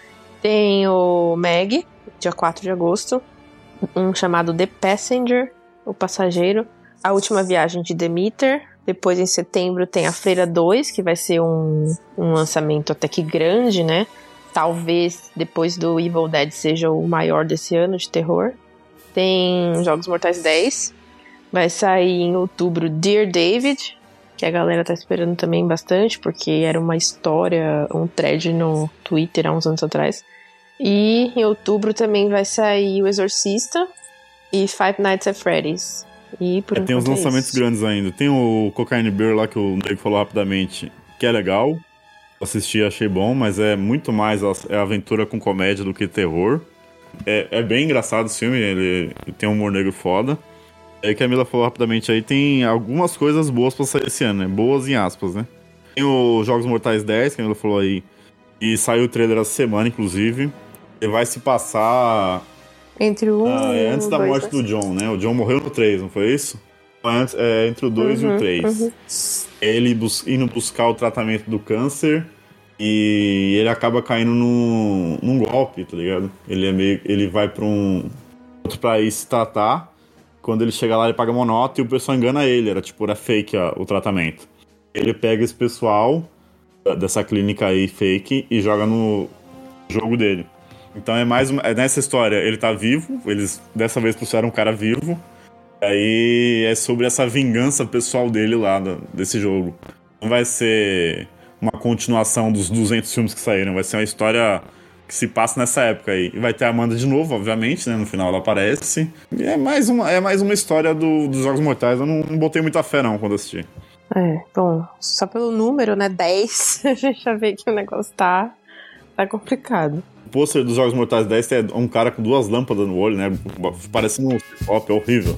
Tem o Meg, dia quatro de agosto. Um chamado The Passenger, o passageiro. A Última Viagem de Demeter. Depois, em setembro, tem a Freira dois, que vai ser um, um lançamento até que grande, né? Talvez, depois do Evil Dead, seja o maior desse ano de terror. Tem Jogos Mortais dez. Vai sair em outubro Dear David, que a galera tá esperando também bastante, porque era uma história, um thread no Twitter há uns anos atrás. E em outubro também vai sair O Exorcista e Five Nights at Freddy's. E por É, tem os enquanto é lançamentos isso. grandes ainda. Tem o Cocaine Bear lá, que o Nego falou rapidamente, que é legal. Assisti, achei bom, mas é muito mais a, é aventura com comédia do que terror. É, é bem engraçado esse filme, ele, ele tem um humor negro foda. É que a Camila falou rapidamente aí, tem algumas coisas boas pra sair esse ano, né? Boas em aspas, né? Tem o Jogos Mortais dez, que a Camila falou aí, e saiu o trailer essa semana, inclusive. Ele vai se passar... Entre o um ah, é e antes o da dois, morte né? do John, né? O John morreu no três, não foi isso? Antes, é, entre o dois e Uhum, o três. uhum. Ele bus- indo buscar o tratamento do câncer e ele acaba caindo num, num golpe, tá ligado? Ele, é meio, ele vai pra um outro país se tratar. Quando ele chega lá, ele paga uma nota e o pessoal engana ele. Era tipo, era fake ó, o tratamento. Ele pega esse pessoal dessa clínica aí fake e joga no jogo dele. Então é mais uma, é nessa história, ele tá vivo, eles dessa vez trouxeram um cara vivo. Aí é sobre essa vingança pessoal dele lá do, desse jogo. Não vai ser uma continuação dos duzentos filmes que saíram, vai ser uma história que se passa nessa época aí. E vai ter a Amanda de novo, obviamente, né? No final ela aparece. E é mais uma, é mais uma história do, dos Jogos Mortais. Eu não, não botei muita fé, não, quando assisti. É, bom, só pelo número, né, dez, a gente já vê que o negócio tá, tá complicado. O pôster dos Jogos Mortais dez é um cara com duas lâmpadas no olho, né? Parecendo um pop, é horrível.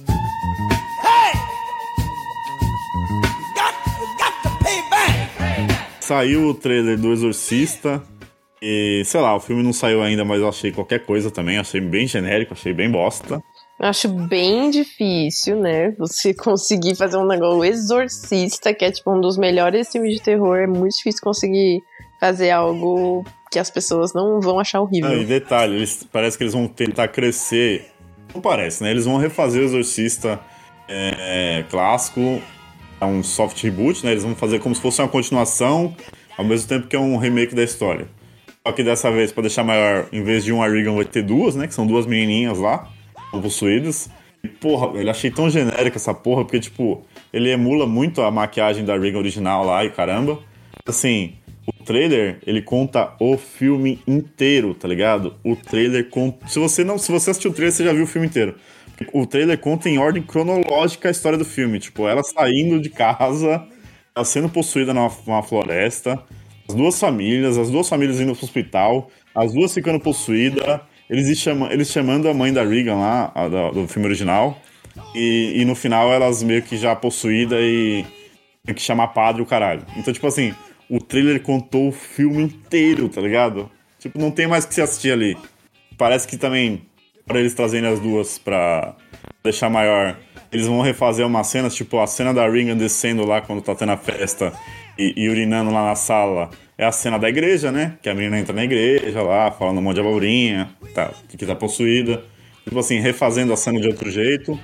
Saiu o trailer do Exorcista. E, sei lá, o filme não saiu ainda, mas eu achei qualquer coisa também. Achei bem genérico, achei bem bosta. Eu acho bem difícil, né, você conseguir fazer um negócio. O Exorcista, que é tipo um dos melhores filmes de terror, é muito difícil conseguir fazer algo que as pessoas não vão achar horrível. Ah, e detalhe, eles, parece que eles vão tentar crescer. Não parece, né? Eles vão refazer o Exorcista é, clássico. É um soft reboot, né? Eles vão fazer como se fosse uma continuação, ao mesmo tempo que é um remake da história. Só que dessa vez, pra deixar maior, em vez de uma Regan vai ter duas, né? Que são duas menininhas lá, possuídas. E, porra, eu achei tão genérica essa porra, porque, tipo, ele emula muito a maquiagem da Regan original lá e caramba. Assim, o trailer, ele conta o filme inteiro, tá ligado? O trailer conta... Se você não, se você assistiu o trailer, você já viu o filme inteiro. O trailer conta em ordem cronológica a história do filme. Tipo, ela saindo de casa, ela sendo possuída numa, numa floresta, as duas famílias, as duas famílias indo pro hospital, as duas ficando possuídas, eles, chamam, eles chamando a mãe da Regan lá, a, da, do filme original, e, e no final elas meio que já possuídas e tem que chamar padre o caralho. Então, tipo assim, o trailer contou o filme inteiro, tá ligado? Tipo, não tem mais o que se assistir ali. Parece que também, para eles trazerem as duas pra deixar maior, eles vão refazer umas cenas, tipo a cena da Regan descendo lá quando tá tendo a festa e, e urinando lá na sala. É a cena da igreja, né? Que a menina entra na igreja lá, falando um monte de abobrinha, tá, que tá possuída. Tipo assim, refazendo a cena de outro jeito.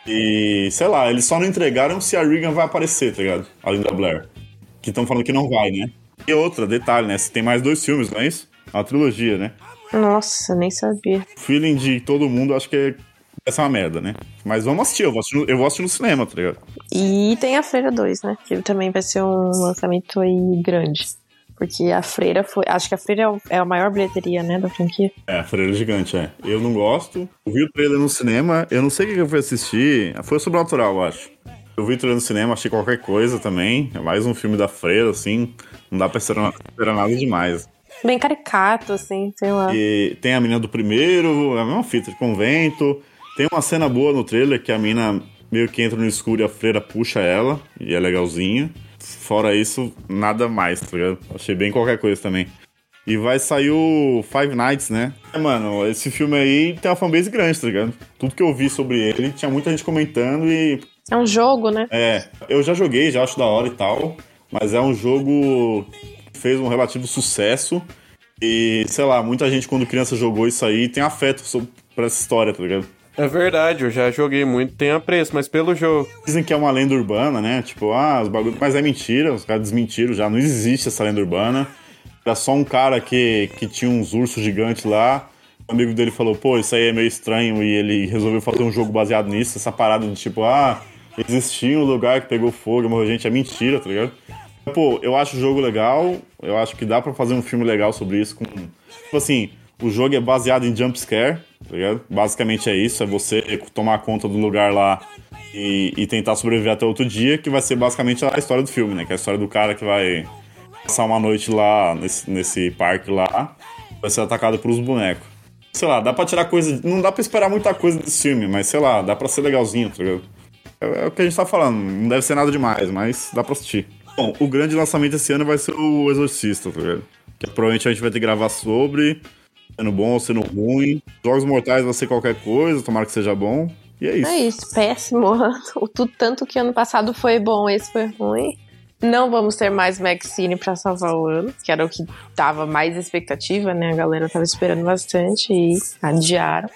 E, sei lá, eles só não entregaram se a Regan vai aparecer, tá ligado? Além da Blair. Que estão falando que não vai, né? E outra, detalhe, né? Tem mais dois filmes, não é isso? É uma trilogia, né? Nossa, nem sabia. O feeling de todo mundo, acho que é... vai ser uma merda, né? Mas vamos assistir, eu vou assistir, no, eu vou assistir no cinema, tá ligado? E tem a Freira dois, né? Que também vai ser um lançamento aí grande. Porque a Freira foi... Acho que a Freira é, o, é a maior bilheteria, né, da franquia. É, a Freira é gigante, é. Eu não gosto. Eu vi o trailer no cinema, eu não sei o que eu fui assistir. Foi o Sobrenatural, eu acho. Eu vi o trailer no cinema, achei qualquer coisa também. É mais um filme da Freira, assim. Não dá pra esperar, esperar nada demais. Bem caricato, assim, sei lá. E tem a menina do primeiro, é a mesma fita de convento. Tem uma cena boa no trailer que a menina meio que entra no escuro e a freira puxa ela, e é legalzinha. Fora isso, nada mais, tá ligado? Achei bem qualquer coisa também. E vai sair o Five Nights, né? É, mano, esse filme aí tem uma fanbase grande, tá ligado? Tudo que eu vi sobre ele, tinha muita gente comentando e... É um jogo, né? É, eu já joguei, já acho da hora e tal, mas é um jogo que fez um relativo sucesso e, sei lá, muita gente quando criança jogou isso aí tem afeto pra essa história, tá ligado? É verdade, eu já joguei muito, tem apreço, mas pelo jogo. Dizem que é uma lenda urbana, né? Tipo, ah, os bagulhos... Mas é mentira, os caras desmentiram já, não existe essa lenda urbana. Era só um cara que, que tinha uns ursos gigantes lá. O amigo dele falou, pô, isso aí é meio estranho, e ele resolveu fazer um jogo baseado nisso, essa parada de tipo, ah, existia um lugar que pegou fogo, morreu gente, é mentira, tá ligado? Pô, eu acho o jogo legal, eu acho que dá pra fazer um filme legal sobre isso. Com... Tipo assim, o jogo é baseado em jumpscare, tá ligado? Basicamente é isso, é você tomar conta do lugar lá e, e tentar sobreviver até outro dia, que vai ser basicamente a história do filme, né? Que é a história do cara que vai passar uma noite lá, nesse, nesse parque lá, vai ser atacado por uns bonecos. Sei lá, dá pra tirar coisa... Não dá pra esperar muita coisa desse filme, mas sei lá, dá pra ser legalzinho, tá ligado? É, é o que a gente tá falando, não deve ser nada demais, mas dá pra assistir. Bom, o grande lançamento esse ano vai ser o Exorcista, tá ligado? Que provavelmente a gente vai ter que gravar sobre... Sendo bom ou sendo ruim. Jogos Mortais vai ser qualquer coisa, tomara que seja bom. E é isso. É isso, péssimo. O tanto que ano passado foi bom, esse foi ruim. Não vamos ter mais Maxine pra salvar o ano, que era o que tava mais expectativa, né? A galera tava esperando bastante e adiaram.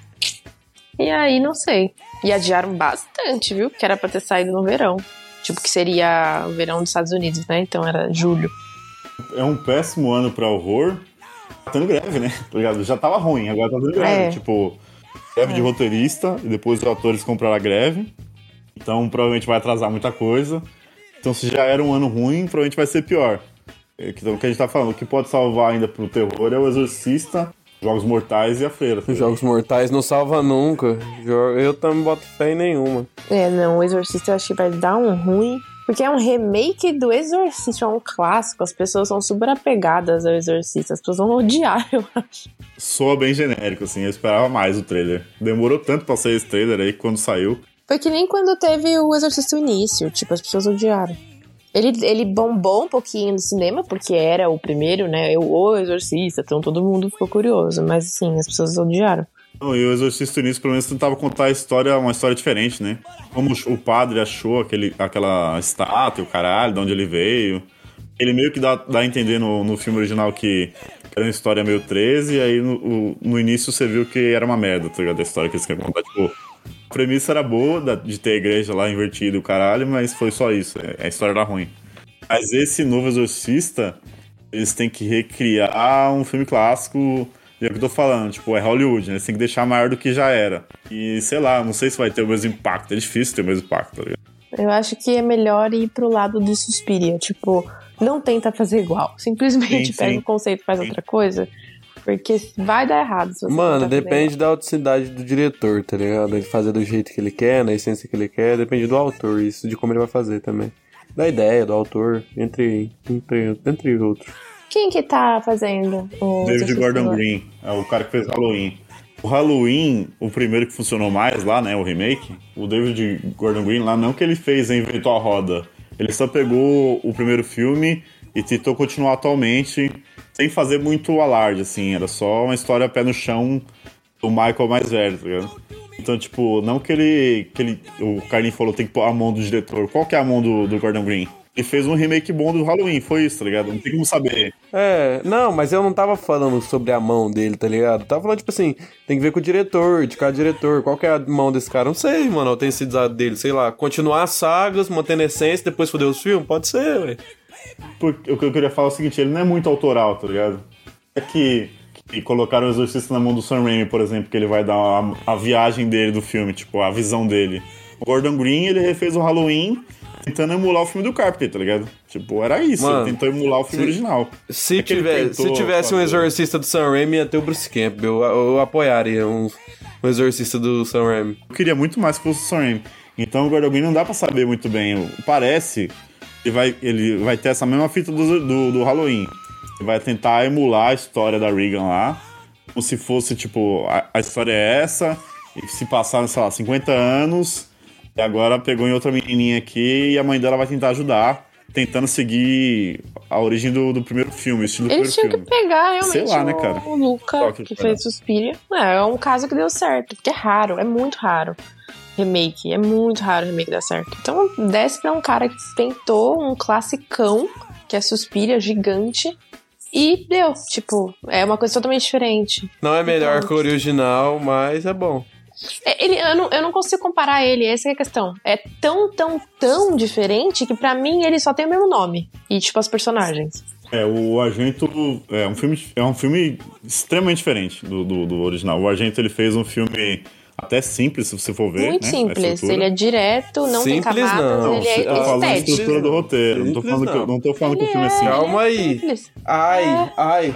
E aí, não sei. E adiaram bastante, viu? Que era pra ter saído no verão. Tipo, que seria o verão dos Estados Unidos, né? Então era julho. É um péssimo ano pra horror. Tá tendo greve, né? Tá ligado? Já tava ruim, agora tá tendo greve. É. Tipo, greve é. de roteirista, e depois os atores compraram a greve. Então, provavelmente vai atrasar muita coisa. Então, se já era um ano ruim, provavelmente vai ser pior. Então, o que a gente tá falando, o que pode salvar ainda pro terror é o Exorcista, Jogos Mortais e a Freira. Os Jogos Mortais não salva nunca. Eu também boto fé em nenhuma. É, não, o Exorcista eu acho que vai dar um ruim. Porque é um remake do Exorcista, é um clássico. As pessoas são super apegadas ao Exorcista. As pessoas vão odiar, eu acho. Soa bem genérico, assim. Eu esperava mais o trailer. Demorou tanto pra sair esse trailer aí, quando saiu. Foi que nem quando teve o Exorcista no início. Tipo, as pessoas odiaram. Ele, ele bombou um pouquinho no cinema, porque era o primeiro, né? O Exorcista, então todo mundo ficou curioso. Mas, assim, as pessoas odiaram. Não, e o Exorcista no início, pelo menos, tentava contar a história, uma história diferente, né? Como o padre achou aquele, aquela estátua, o caralho, de onde ele veio. Ele meio que dá, dá a entender no, no filme original que era uma história meio treze, e aí no, o, no início você viu que era uma merda, tá ligado? A história que eles queriam contar. Tipo, a premissa era boa, da, de ter a igreja lá invertida e o caralho, mas foi só isso. A história era ruim. Mas esse novo Exorcista, eles têm que recriar um filme clássico... E é o que eu tô falando, tipo, é Hollywood, né? Você tem que deixar maior do que já era. E, sei lá, não sei se vai ter o mesmo impacto. É difícil ter o mesmo impacto, tá ligado? Eu acho que é melhor ir pro lado do Suspiria. Tipo, não tenta fazer igual. Simplesmente Sim, pega sim. o conceito e faz Sim. outra coisa. Porque vai dar errado se você Mano, tentar fazer depende da autenticidade do diretor, tá ligado? Ele fazer do jeito que ele quer, na essência que ele quer, depende do autor, isso de como ele vai fazer também. Da ideia, do autor, entre, entre, entre outros. igual. Quem que tá fazendo o David Exorcista Gordon agora? Green, é o cara que fez Halloween. O Halloween, o primeiro que funcionou mais lá, né, o remake, o David Gordon Green lá, não que ele fez e inventou a roda, ele só pegou o primeiro filme e tentou continuar atualmente, sem fazer muito alarde, assim, era só uma história pé no chão do Michael mais velho, tá ligado? Então, tipo, não que ele, que ele o Carlinhos falou, tem que pôr a mão do diretor, qual que é a mão do, do Gordon Green? Ele fez um remake bom do Halloween, foi isso, tá ligado? Não tem como saber. É, não, mas eu não tava falando sobre a mão dele, tá ligado? Eu tava falando, tipo assim, tem que ver com o diretor, de cada diretor, qual que é a mão desse cara? Não sei, mano, a autenticidade dele, sei lá, continuar as sagas, mantendo a essência, depois foder os filmes, pode ser, ué. Porque o que eu queria falar é o seguinte, ele não é muito autoral, tá ligado? É que, que colocaram o Exorcista na mão do Sam Raimi, por exemplo, que ele vai dar a, a viagem dele do filme, tipo, a visão dele. O Gordon Green, ele refez o Halloween tentando emular o filme do Carpenter, tá ligado? Tipo, era isso, Mano, ele tentou emular o filme se- original. Se, É que ele tiver, tentou se tivesse um fazer. exorcista do Sam Raimi, ia ter o Bruce Campbell. Eu, eu apoiaria um, um exorcista do Sam Raimi. Eu queria muito mais que fosse o Sam Raimi. Então o Gordon Green não dá pra saber muito bem. Parece que vai, ele vai ter essa mesma fita do, do, do Halloween. Ele vai tentar emular a história da Regan lá, como se fosse, tipo, a, a história é essa, e se passaram, sei lá, cinquenta anos, e agora pegou em outra menininha aqui, e a mãe dela vai tentar ajudar, tentando seguir a origem do, do primeiro filme, o estilo do Eles primeiro tinham filme. que pegar realmente Sei lá, né, o- cara? o Luca, Qual que que ele vai fez Suspiria. É, é um caso que deu certo, porque é raro, é muito raro. Remake, é muito raro remake dar certo. Então desce pra um cara que tentou um classicão, que é Suspiria, gigante, e deu. Tipo, é uma coisa totalmente diferente. Não é melhor Então- que o original, mas é bom. É, Ele, eu, não, eu não consigo comparar ele, essa é a questão. É tão, tão, tão diferente que pra mim ele só tem o mesmo nome. E, tipo, as personagens. É, o Argento é um filme, é um filme extremamente diferente do, do, do original. O Argento, ele fez um filme até simples, se você for ver. Muito né, a simples. estrutura. Ele é direto, não tem Simples, camadas, não. ele é Eu Eu tô falando da estético. estrutura do roteiro. Não tô Simples, falando, que, não. não tô falando que o filme é simples. Calma aí. Simples. Ai, ai.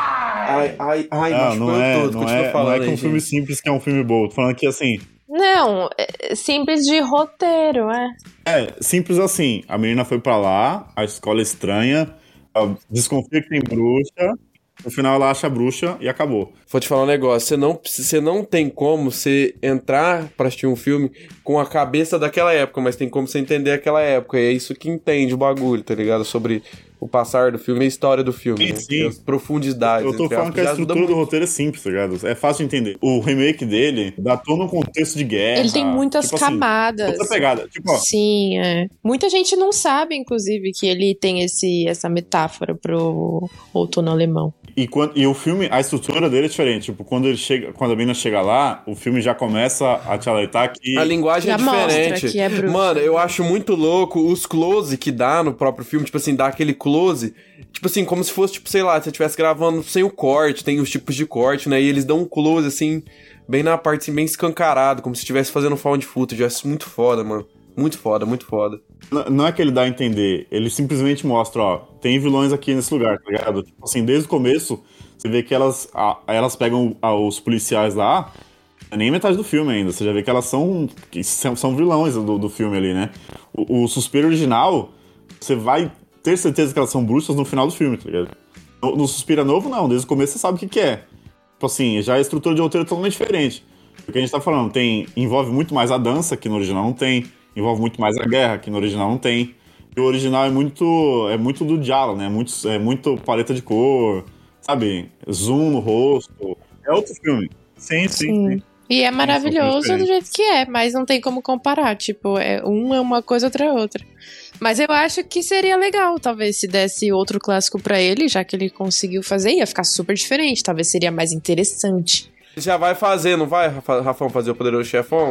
Ai, ai, ai, Não, machucou não eu é, todo. não Continua é, falando não é que aí, um filme gente. simples que é um filme bom. Tô falando que, assim, Não, é simples de roteiro, é. é simples assim. A menina foi pra lá, a escola é estranha, ela desconfia que tem bruxa, no final ela acha a bruxa e acabou. Vou te falar um negócio, você não, você não tem como você entrar pra assistir um filme com a cabeça daquela época, mas tem como você entender aquela época, e é isso que entende o bagulho, tá ligado? Sobre o passar do filme e a história do filme, Sim, né? sim. As profundidades. Eu tô entre falando aspas, que a já ajuda estrutura do muito. roteiro é simples, tá ligado? É fácil de entender. O remake dele dá todo um contexto de guerra. Ele tem muitas tipo assim, camadas. outra pegada. Tipo, ó, Sim, é. Muita gente não sabe, inclusive, que ele tem esse, essa metáfora pro outono alemão. E, quando, e o filme, a estrutura dele é diferente. Tipo, quando ele chega, quando a menina chega lá, o filme já começa a te alertar que. A linguagem Já é mostra diferente. que é bruxa. Mano, eu acho muito louco os close que dá no próprio filme, tipo assim, dá aquele close, tipo assim, como se fosse, tipo, sei lá, se você estivesse gravando sem o corte, tem os tipos de corte, né? E eles dão um close, assim, bem na parte, assim, bem escancarado, como se estivesse fazendo found footage. Eu acho muito foda, mano. Muito foda, muito foda. N- Não é que ele dá a entender, ele simplesmente mostra, ó, tem vilões aqui nesse lugar, tá ligado? Tipo assim, desde o começo, você vê que elas, a- elas pegam a- os policiais lá, não é nem metade do filme ainda, você já vê que elas são, que são, são vilões do, do filme ali, né? O, o Suspiro original, você vai ter certeza que elas são bruxas no final do filme, tá ligado? No, no Suspira novo, não, desde o começo você sabe o que que é. Tipo assim, já a estrutura de roteiro é totalmente diferente. O que a gente tá falando, tem, envolve muito mais a dança, que no original não tem. Envolve muito mais a guerra, que no original não tem. E o original é muito é muito do diálogo, né? É muito, é muito paleta de cor, sabe? Zoom no rosto. É outro filme. Sim, sim, sim. Sim. E é maravilhoso do jeito que é, mas não tem como comparar. Tipo, é, um é uma coisa, outra é outra. Mas eu acho que seria legal, talvez, se desse outro clássico pra ele, já que ele conseguiu fazer, ia ficar super diferente. Talvez seria mais interessante. Já vai fazer, não vai, Rafa- Rafão, fazer o Poderoso Chefão?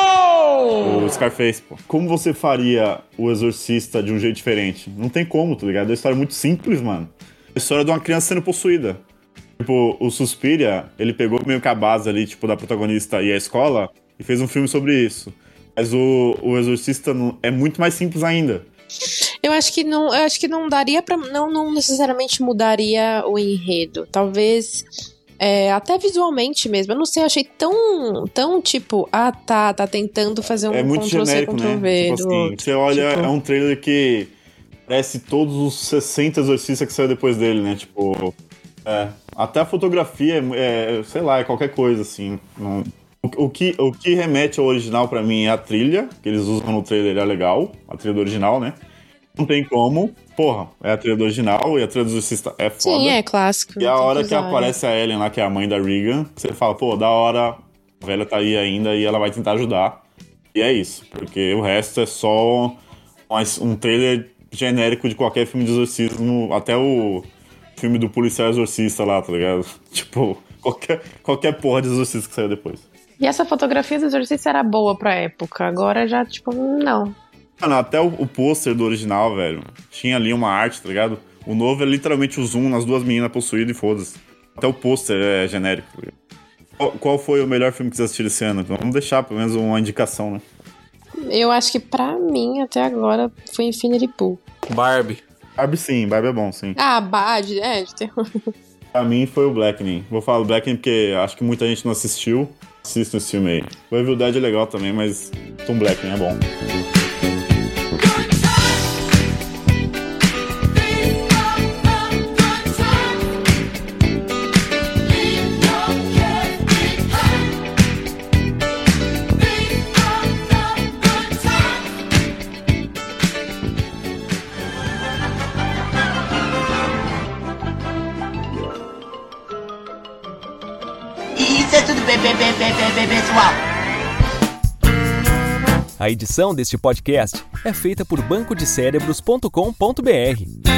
O Scarface, pô. Como você faria o Exorcista de um jeito diferente? Não tem como, tá ligado? É uma história muito simples, mano. É a história de uma criança sendo possuída. Tipo, o Suspiria, ele pegou meio que a base ali, tipo, da protagonista e a escola e fez um filme sobre isso. Mas o, o Exorcista é muito mais simples ainda. Eu acho que não, eu acho que não daria pra... Não, não necessariamente mudaria o enredo. Talvez... É, até visualmente mesmo. Eu não sei, eu achei tão, tão tipo... Ah, tá, tá tentando fazer um é muito Ctrl-C, genérico, Ctrl-V. né? Tipo assim, você olha, tipo... é um trailer que parece todos os sessenta exorcistas que saiu depois dele, né? Tipo... É, até a fotografia é, é, sei lá, é qualquer coisa, assim. Não... O, o, que, o que remete ao original pra mim é a trilha, que eles usam no trailer, é legal. A trilha do original, né? Não tem como. Porra, é a trilha do original e a trilha do Exorcista é foda. Sim, é clássico. E a hora que, que aparece a Ellen lá, que é a mãe da Regan, você fala, pô, da hora, a velha tá aí ainda e ela vai tentar ajudar. E é isso, porque o resto é só um trailer genérico de qualquer filme de exorcismo, até o filme do policial exorcista lá, tá ligado? Tipo, qualquer, qualquer porra de exorcista que saiu depois. E essa fotografia do exorcista era boa pra época, agora já, tipo, não. Mano, até o, o pôster do original, velho, tinha ali uma arte, tá ligado? O novo é literalmente o zoom nas duas meninas possuídas e foda-se. Até o pôster é genérico, tá ligado? Qual, qual foi o melhor filme que vocês assistiram esse ano? Vamos deixar pelo menos uma indicação, né? Eu acho que pra mim, até agora, foi Infinity Pool. Barbie. Barbie sim, Barbie é bom, sim. Ah, Barbie, é, de terror. Pra mim foi o Blackening. Vou falar do Blackening porque acho que muita gente não assistiu. Assista esse filme aí. O Evil Dead é legal também, mas Tom Blackening é bom. Isso é tudo bem, bem, bem, bem, bem, bem, pessoal. A edição deste podcast é feita por banco de cérebros ponto com ponto b r.